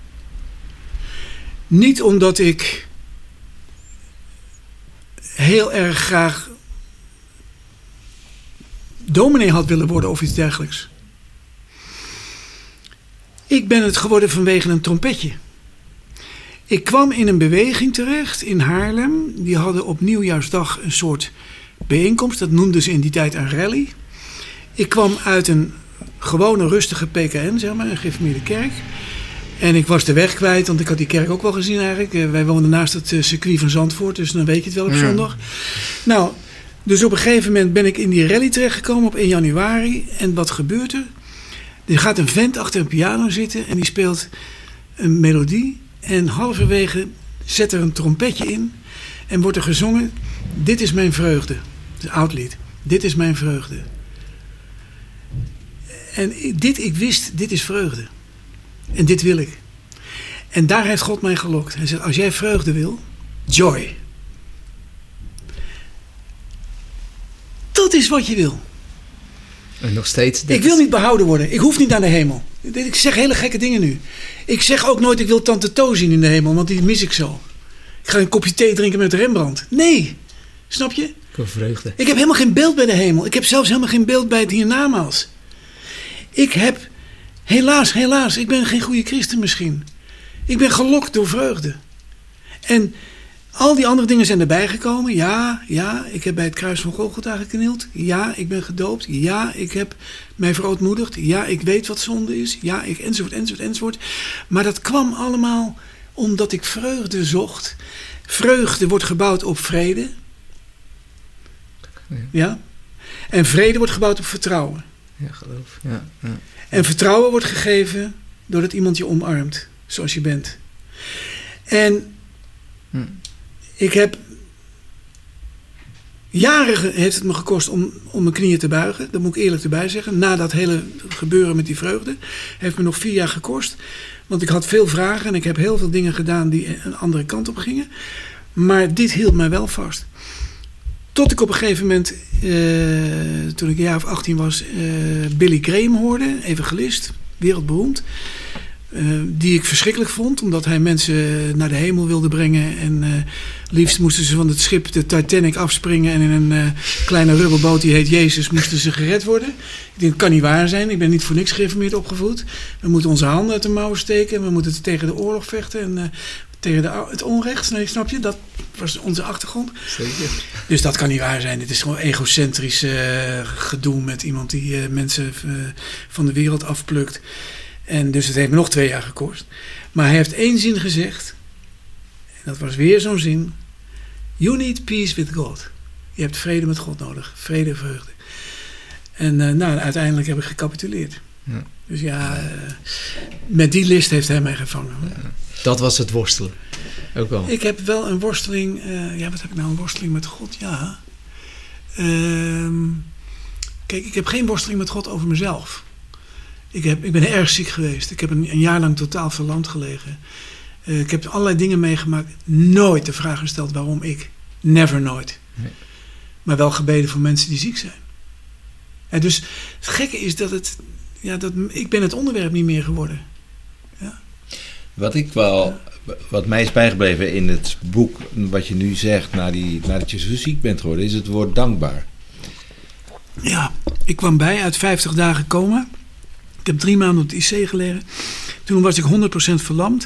Niet omdat ik heel erg graag dominee had willen worden of iets dergelijks. Ik ben het geworden vanwege een trompetje. Ik kwam in een beweging terecht in Haarlem. Die hadden op nieuwjaarsdag een soort bijeenkomst. Dat noemden ze in die tijd een rally. Ik kwam uit een gewone rustige P K N, zeg maar, een gereformeerde kerk. En ik was de weg kwijt, want ik had die kerk ook wel gezien eigenlijk. Wij woonden naast het circuit van Zandvoort, dus dan weet je het wel op zondag. Ja. Nou, dus op een gegeven moment ben ik in die rally terechtgekomen op één januari. En wat gebeurt er? Er gaat een vent achter een piano zitten en die speelt een melodie. En halverwege zet er een trompetje in en wordt er gezongen: dit is mijn vreugde. Het is een oud lied. Dit is mijn vreugde. En dit, ik wist, dit is vreugde. En dit wil ik. En daar heeft God mij gelokt. Hij zegt, als jij vreugde wil, joy. Dat is wat je wil. En nog steeds. Ik wil niet behouden worden. Ik hoef niet naar de hemel. Ik zeg hele gekke dingen nu. Ik zeg ook nooit, ik wil Tante To zien in de hemel, want die mis ik zo. Ik ga een kopje thee drinken met Rembrandt. Nee. Snap je? Ik wil vreugde. Ik heb helemaal geen beeld bij de hemel. Ik heb zelfs helemaal geen beeld bij het hiernamaals. Ik heb, helaas, helaas, ik ben geen goede christen misschien. Ik ben gelokt door vreugde. En al die andere dingen zijn erbij gekomen. Ja, ja, ik heb bij het kruis van Golgotha geknield. Ja, ik ben gedoopt. Ja, ik heb mij verootmoedigd. Ja, ik weet wat zonde is. Ja, ik, enzovoort, enzovoort, enzovoort. Maar dat kwam allemaal omdat ik vreugde zocht. Vreugde wordt gebouwd op vrede. Ja. En vrede wordt gebouwd op vertrouwen. Ja, geloof. Ja, ja. En vertrouwen wordt gegeven doordat iemand je omarmt, zoals je bent. En hm. ik heb jaren heeft het me gekost om, om mijn knieën te buigen. Dat moet ik eerlijk erbij zeggen. Na dat hele gebeuren met die vreugde heeft me nog vier jaar gekost. Want ik had veel vragen en ik heb heel veel dingen gedaan die een andere kant op gingen. Maar dit hield mij wel vast. Tot ik op een gegeven moment, uh, toen ik een jaar of achttien was, uh, Billy Graham hoorde, evangelist, wereldberoemd. Uh, die ik verschrikkelijk vond, omdat hij mensen naar de hemel wilde brengen. En uh, liefst moesten ze van het schip de Titanic afspringen en in een uh, kleine rubberboot die heet Jezus moesten ze gered worden. Ik denk, dat kan niet waar zijn. Ik ben niet voor niks gereformeerd opgevoed. We moeten onze handen uit de mouwen steken en we moeten tegen de oorlog vechten en uh, tegen de, het onrecht. Nee, snap je? Dat was onze achtergrond. Zeker. Dus dat kan niet waar zijn. Dit is gewoon egocentrisch uh, gedoe met iemand die uh, mensen uh, van de wereld afplukt. En dus het heeft me nog twee jaar gekost. Maar hij heeft één zin gezegd. En dat was weer zo'n zin. You need peace with God. Je hebt vrede met God nodig. Vrede en vreugde. En uh, nou, uiteindelijk heb ik gecapituleerd. Ja. Dus ja, uh, met die list heeft hij mij gevangen. Ja. Dat was het worstelen. Ook wel. Ik heb wel een worsteling. Uh, ja, wat heb ik nou? Een worsteling met God? Ja. Uh, kijk, ik heb geen worsteling met God over mezelf. Ik, heb, ik ben erg ziek geweest. Ik heb een, een jaar lang totaal verlamd gelegen. Uh, ik heb allerlei dingen meegemaakt. Nooit de vraag gesteld waarom ik. Never, nooit. Nee. Maar wel gebeden voor mensen die ziek zijn. En dus het gekke is dat het... Ja, dat, ik ben het onderwerp niet meer geworden. Ja. Wat ik wel... Wat mij is bijgebleven in het boek... Wat je nu zegt na die, nadat je zo ziek bent geworden... Is het woord dankbaar. Ja, ik kwam bij uit vijftig dagen coma. Ik heb drie maanden op de I C gelegen. Toen was ik honderd procent verlamd.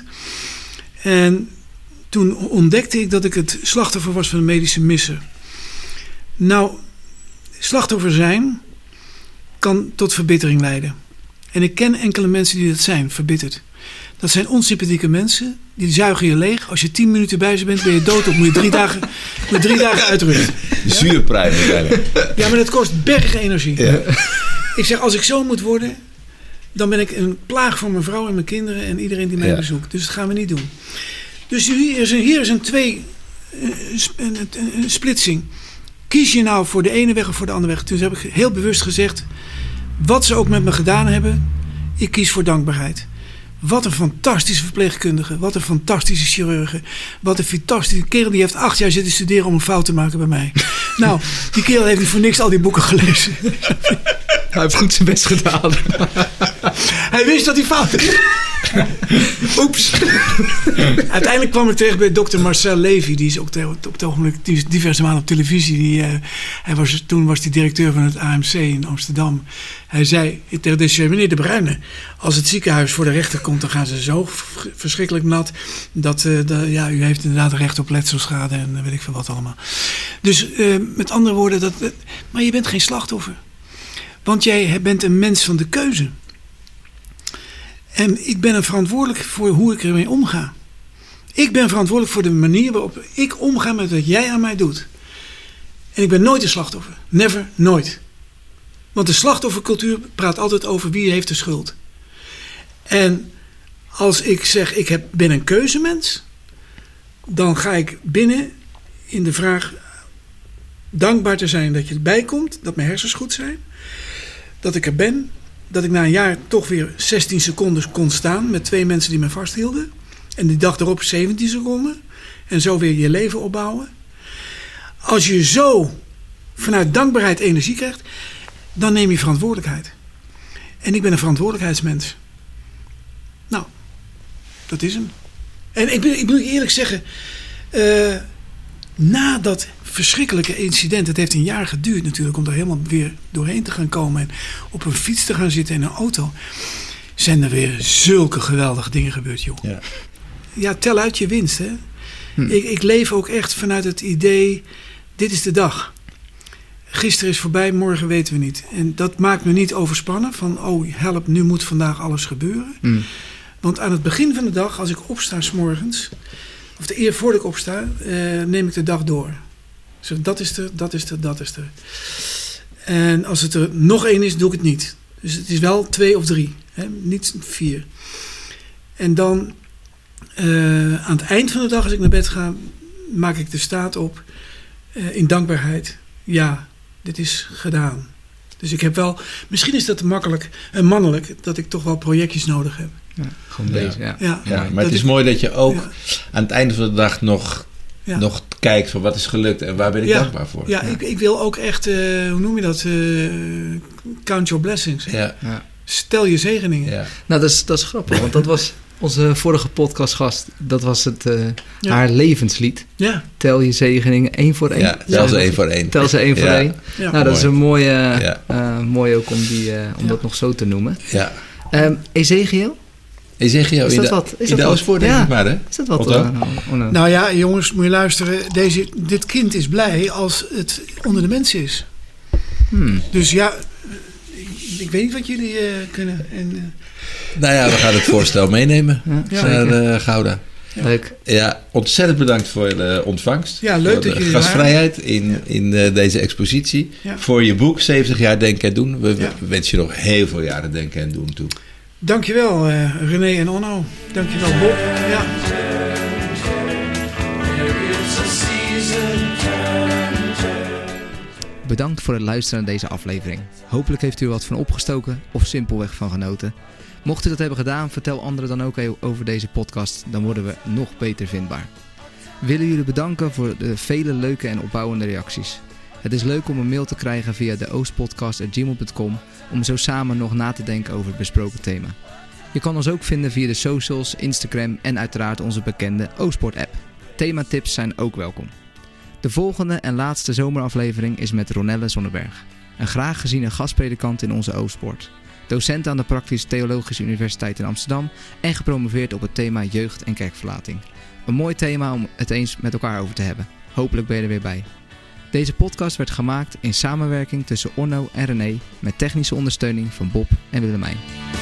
En toen ontdekte ik dat ik het slachtoffer was van een medische misser. Nou, slachtoffer zijn kan tot verbittering leiden. En ik ken enkele mensen die dat zijn, verbitterd. Dat zijn onsympathieke mensen, die zuigen je leeg. Als je tien minuten bij ze bent, ben je dood op. Moet je drie dagen, met drie dagen uitrusten. De zuurprijs eigenlijk. Ja, maar dat kost bergen energie. Ja. Ik zeg, als ik zo moet worden, dan ben ik een plaag voor mijn vrouw en mijn kinderen en iedereen die mij ja. bezoekt. Dus dat gaan we niet doen. Dus hier is een, hier is een twee, een, een, een, een splitsing. Kies je nou voor de ene weg of voor de andere weg? Dus heb ik heel bewust gezegd, wat ze ook met me gedaan hebben, ik kies voor dankbaarheid. Wat een fantastische verpleegkundige, wat een fantastische chirurgen, wat een fantastische kerel. Die heeft acht jaar zitten studeren om een fout te maken bij mij. Nou, die kerel heeft niet voor niks al die boeken gelezen. Hij heeft goed zijn best gedaan. Hij wist dat hij fout had. Oeps. Uiteindelijk kwam ik terecht bij dokter Marcel Levy. Die is ook te, op het ogenblik die is diverse malen op televisie. Die, uh, hij was, toen was hij directeur van het A M C in Amsterdam. Hij zei tegen deze meneer De Bruyne, als het ziekenhuis voor de rechter komt, dan gaan ze zo verschrikkelijk nat. Dat uh, de, ja, u heeft inderdaad recht op letselschade en weet ik veel wat allemaal. Dus uh, met andere woorden, dat, uh, maar je bent geen slachtoffer. Want jij bent een mens van de keuze. En ik ben er verantwoordelijk voor hoe ik ermee omga. Ik ben verantwoordelijk voor de manier waarop ik omga met wat jij aan mij doet. En ik ben nooit een slachtoffer. Never, nooit. Want de slachtoffercultuur praat altijd over wie heeft de schuld. En als ik zeg, ik heb, ben een keuzemens, dan ga ik binnen in de vraag dankbaar te zijn dat je erbij komt, dat mijn hersens goed zijn, dat ik er ben, dat ik na een jaar toch weer zestien seconden kon staan met twee mensen die me vasthielden. En die dag erop zeventien seconden. En zo weer je leven opbouwen. Als je zo vanuit dankbaarheid energie krijgt, dan neem je verantwoordelijkheid. En ik ben een verantwoordelijkheidsmens. Nou, dat is hem. En ik, ik moet eerlijk zeggen, uh, na dat verschrikkelijke incident, het heeft een jaar geduurd natuurlijk om daar helemaal weer doorheen te gaan komen en op een fiets te gaan zitten in een auto, zijn er weer zulke geweldige dingen gebeurd, joh. Ja, ja, tel uit je winst, hè. Hm. Ik, ik leef ook echt vanuit het idee, dit is de dag. Gisteren is voorbij, morgen weten we niet. En dat maakt me niet overspannen van, oh help, nu moet vandaag alles gebeuren. Hm. Want aan het begin van de dag, als ik opsta 's morgens, of de eer voordat ik opsta, uh, neem ik de dag door. Dus dat is er, dat is er, dat is er. En als het er nog één is, doe ik het niet. Dus het is wel twee of drie, hè? Niet vier. En dan uh, aan het eind van de dag, als ik naar bed ga, maak ik de staat op uh, in dankbaarheid. Ja, dit is gedaan. Dus ik heb wel, misschien is dat te makkelijk en mannelijk, dat ik toch wel projectjes nodig heb. Ja, gewoon bezig, ja. Ja, ja, ja, maar het is ik, mooi dat je ook ja. aan het einde van de dag nog, ja. nog kijkt van wat is gelukt en waar ben ik ja. dankbaar voor. Ja, ja. Ik, ik wil ook echt, uh, hoe noem je dat, uh, count your blessings. Ja. Ja. Stel je zegeningen. Ja. Nou, dat is, dat is grappig, want dat was onze vorige podcastgast, dat was het, uh, ja. haar levenslied. Ja. Tel je zegeningen één voor één. Ja, tel ze één voor één. Tel ze één voor één. Ja. Nou, dat mooi. Is een mooie, ja. uh, mooi ook om, die, uh, om ja. dat nog zo te noemen. Ja. Um, Ezekiel? Ezekiel, in de, is in de Oostpoort denk ja. ik maar, hè? Is dat wat? Uh, oh no. Nou ja, jongens, moet je luisteren. Deze, dit kind is blij als het onder de mensen is. Hmm. Dus ja, ik, ik weet niet wat jullie uh, kunnen. En, uh, nou ja, we gaan het voorstel meenemen ja. naar uh, Gouda. Ja. Leuk. Ja, ontzettend bedankt voor de ontvangst. Ja, leuk dat jullie gastvrijheid in, ja. in uh, deze expositie. Ja. Voor je boek zeventig jaar Denken en Doen. We ja. wensen je nog heel veel jaren Denken en Doen toe. Dankjewel uh, René en Onno. Dankjewel Bob. Ja. Bedankt voor het luisteren naar deze aflevering. Hopelijk heeft u er wat van opgestoken of simpelweg van genoten. Mocht u dat hebben gedaan, vertel anderen dan ook over deze podcast. Dan worden we nog beter vindbaar. We willen jullie bedanken voor de vele leuke en opbouwende reacties. Het is leuk om een mail te krijgen via de oostpodcast at gmail dot com om zo samen nog na te denken over het besproken thema. Je kan ons ook vinden via de socials, Instagram en uiteraard onze bekende Oostport-app. Thematips zijn ook welkom. De volgende en laatste zomeraflevering is met Ronelle Zonneberg. Een graag geziene gastpredikant in onze Oostpoort. Docent aan de Praktische Theologische Universiteit in Amsterdam en gepromoveerd op het thema jeugd en kerkverlating. Een mooi thema om het eens met elkaar over te hebben. Hopelijk ben je er weer bij. Deze podcast werd gemaakt in samenwerking tussen Onno en René met technische ondersteuning van Bob en Willemijn.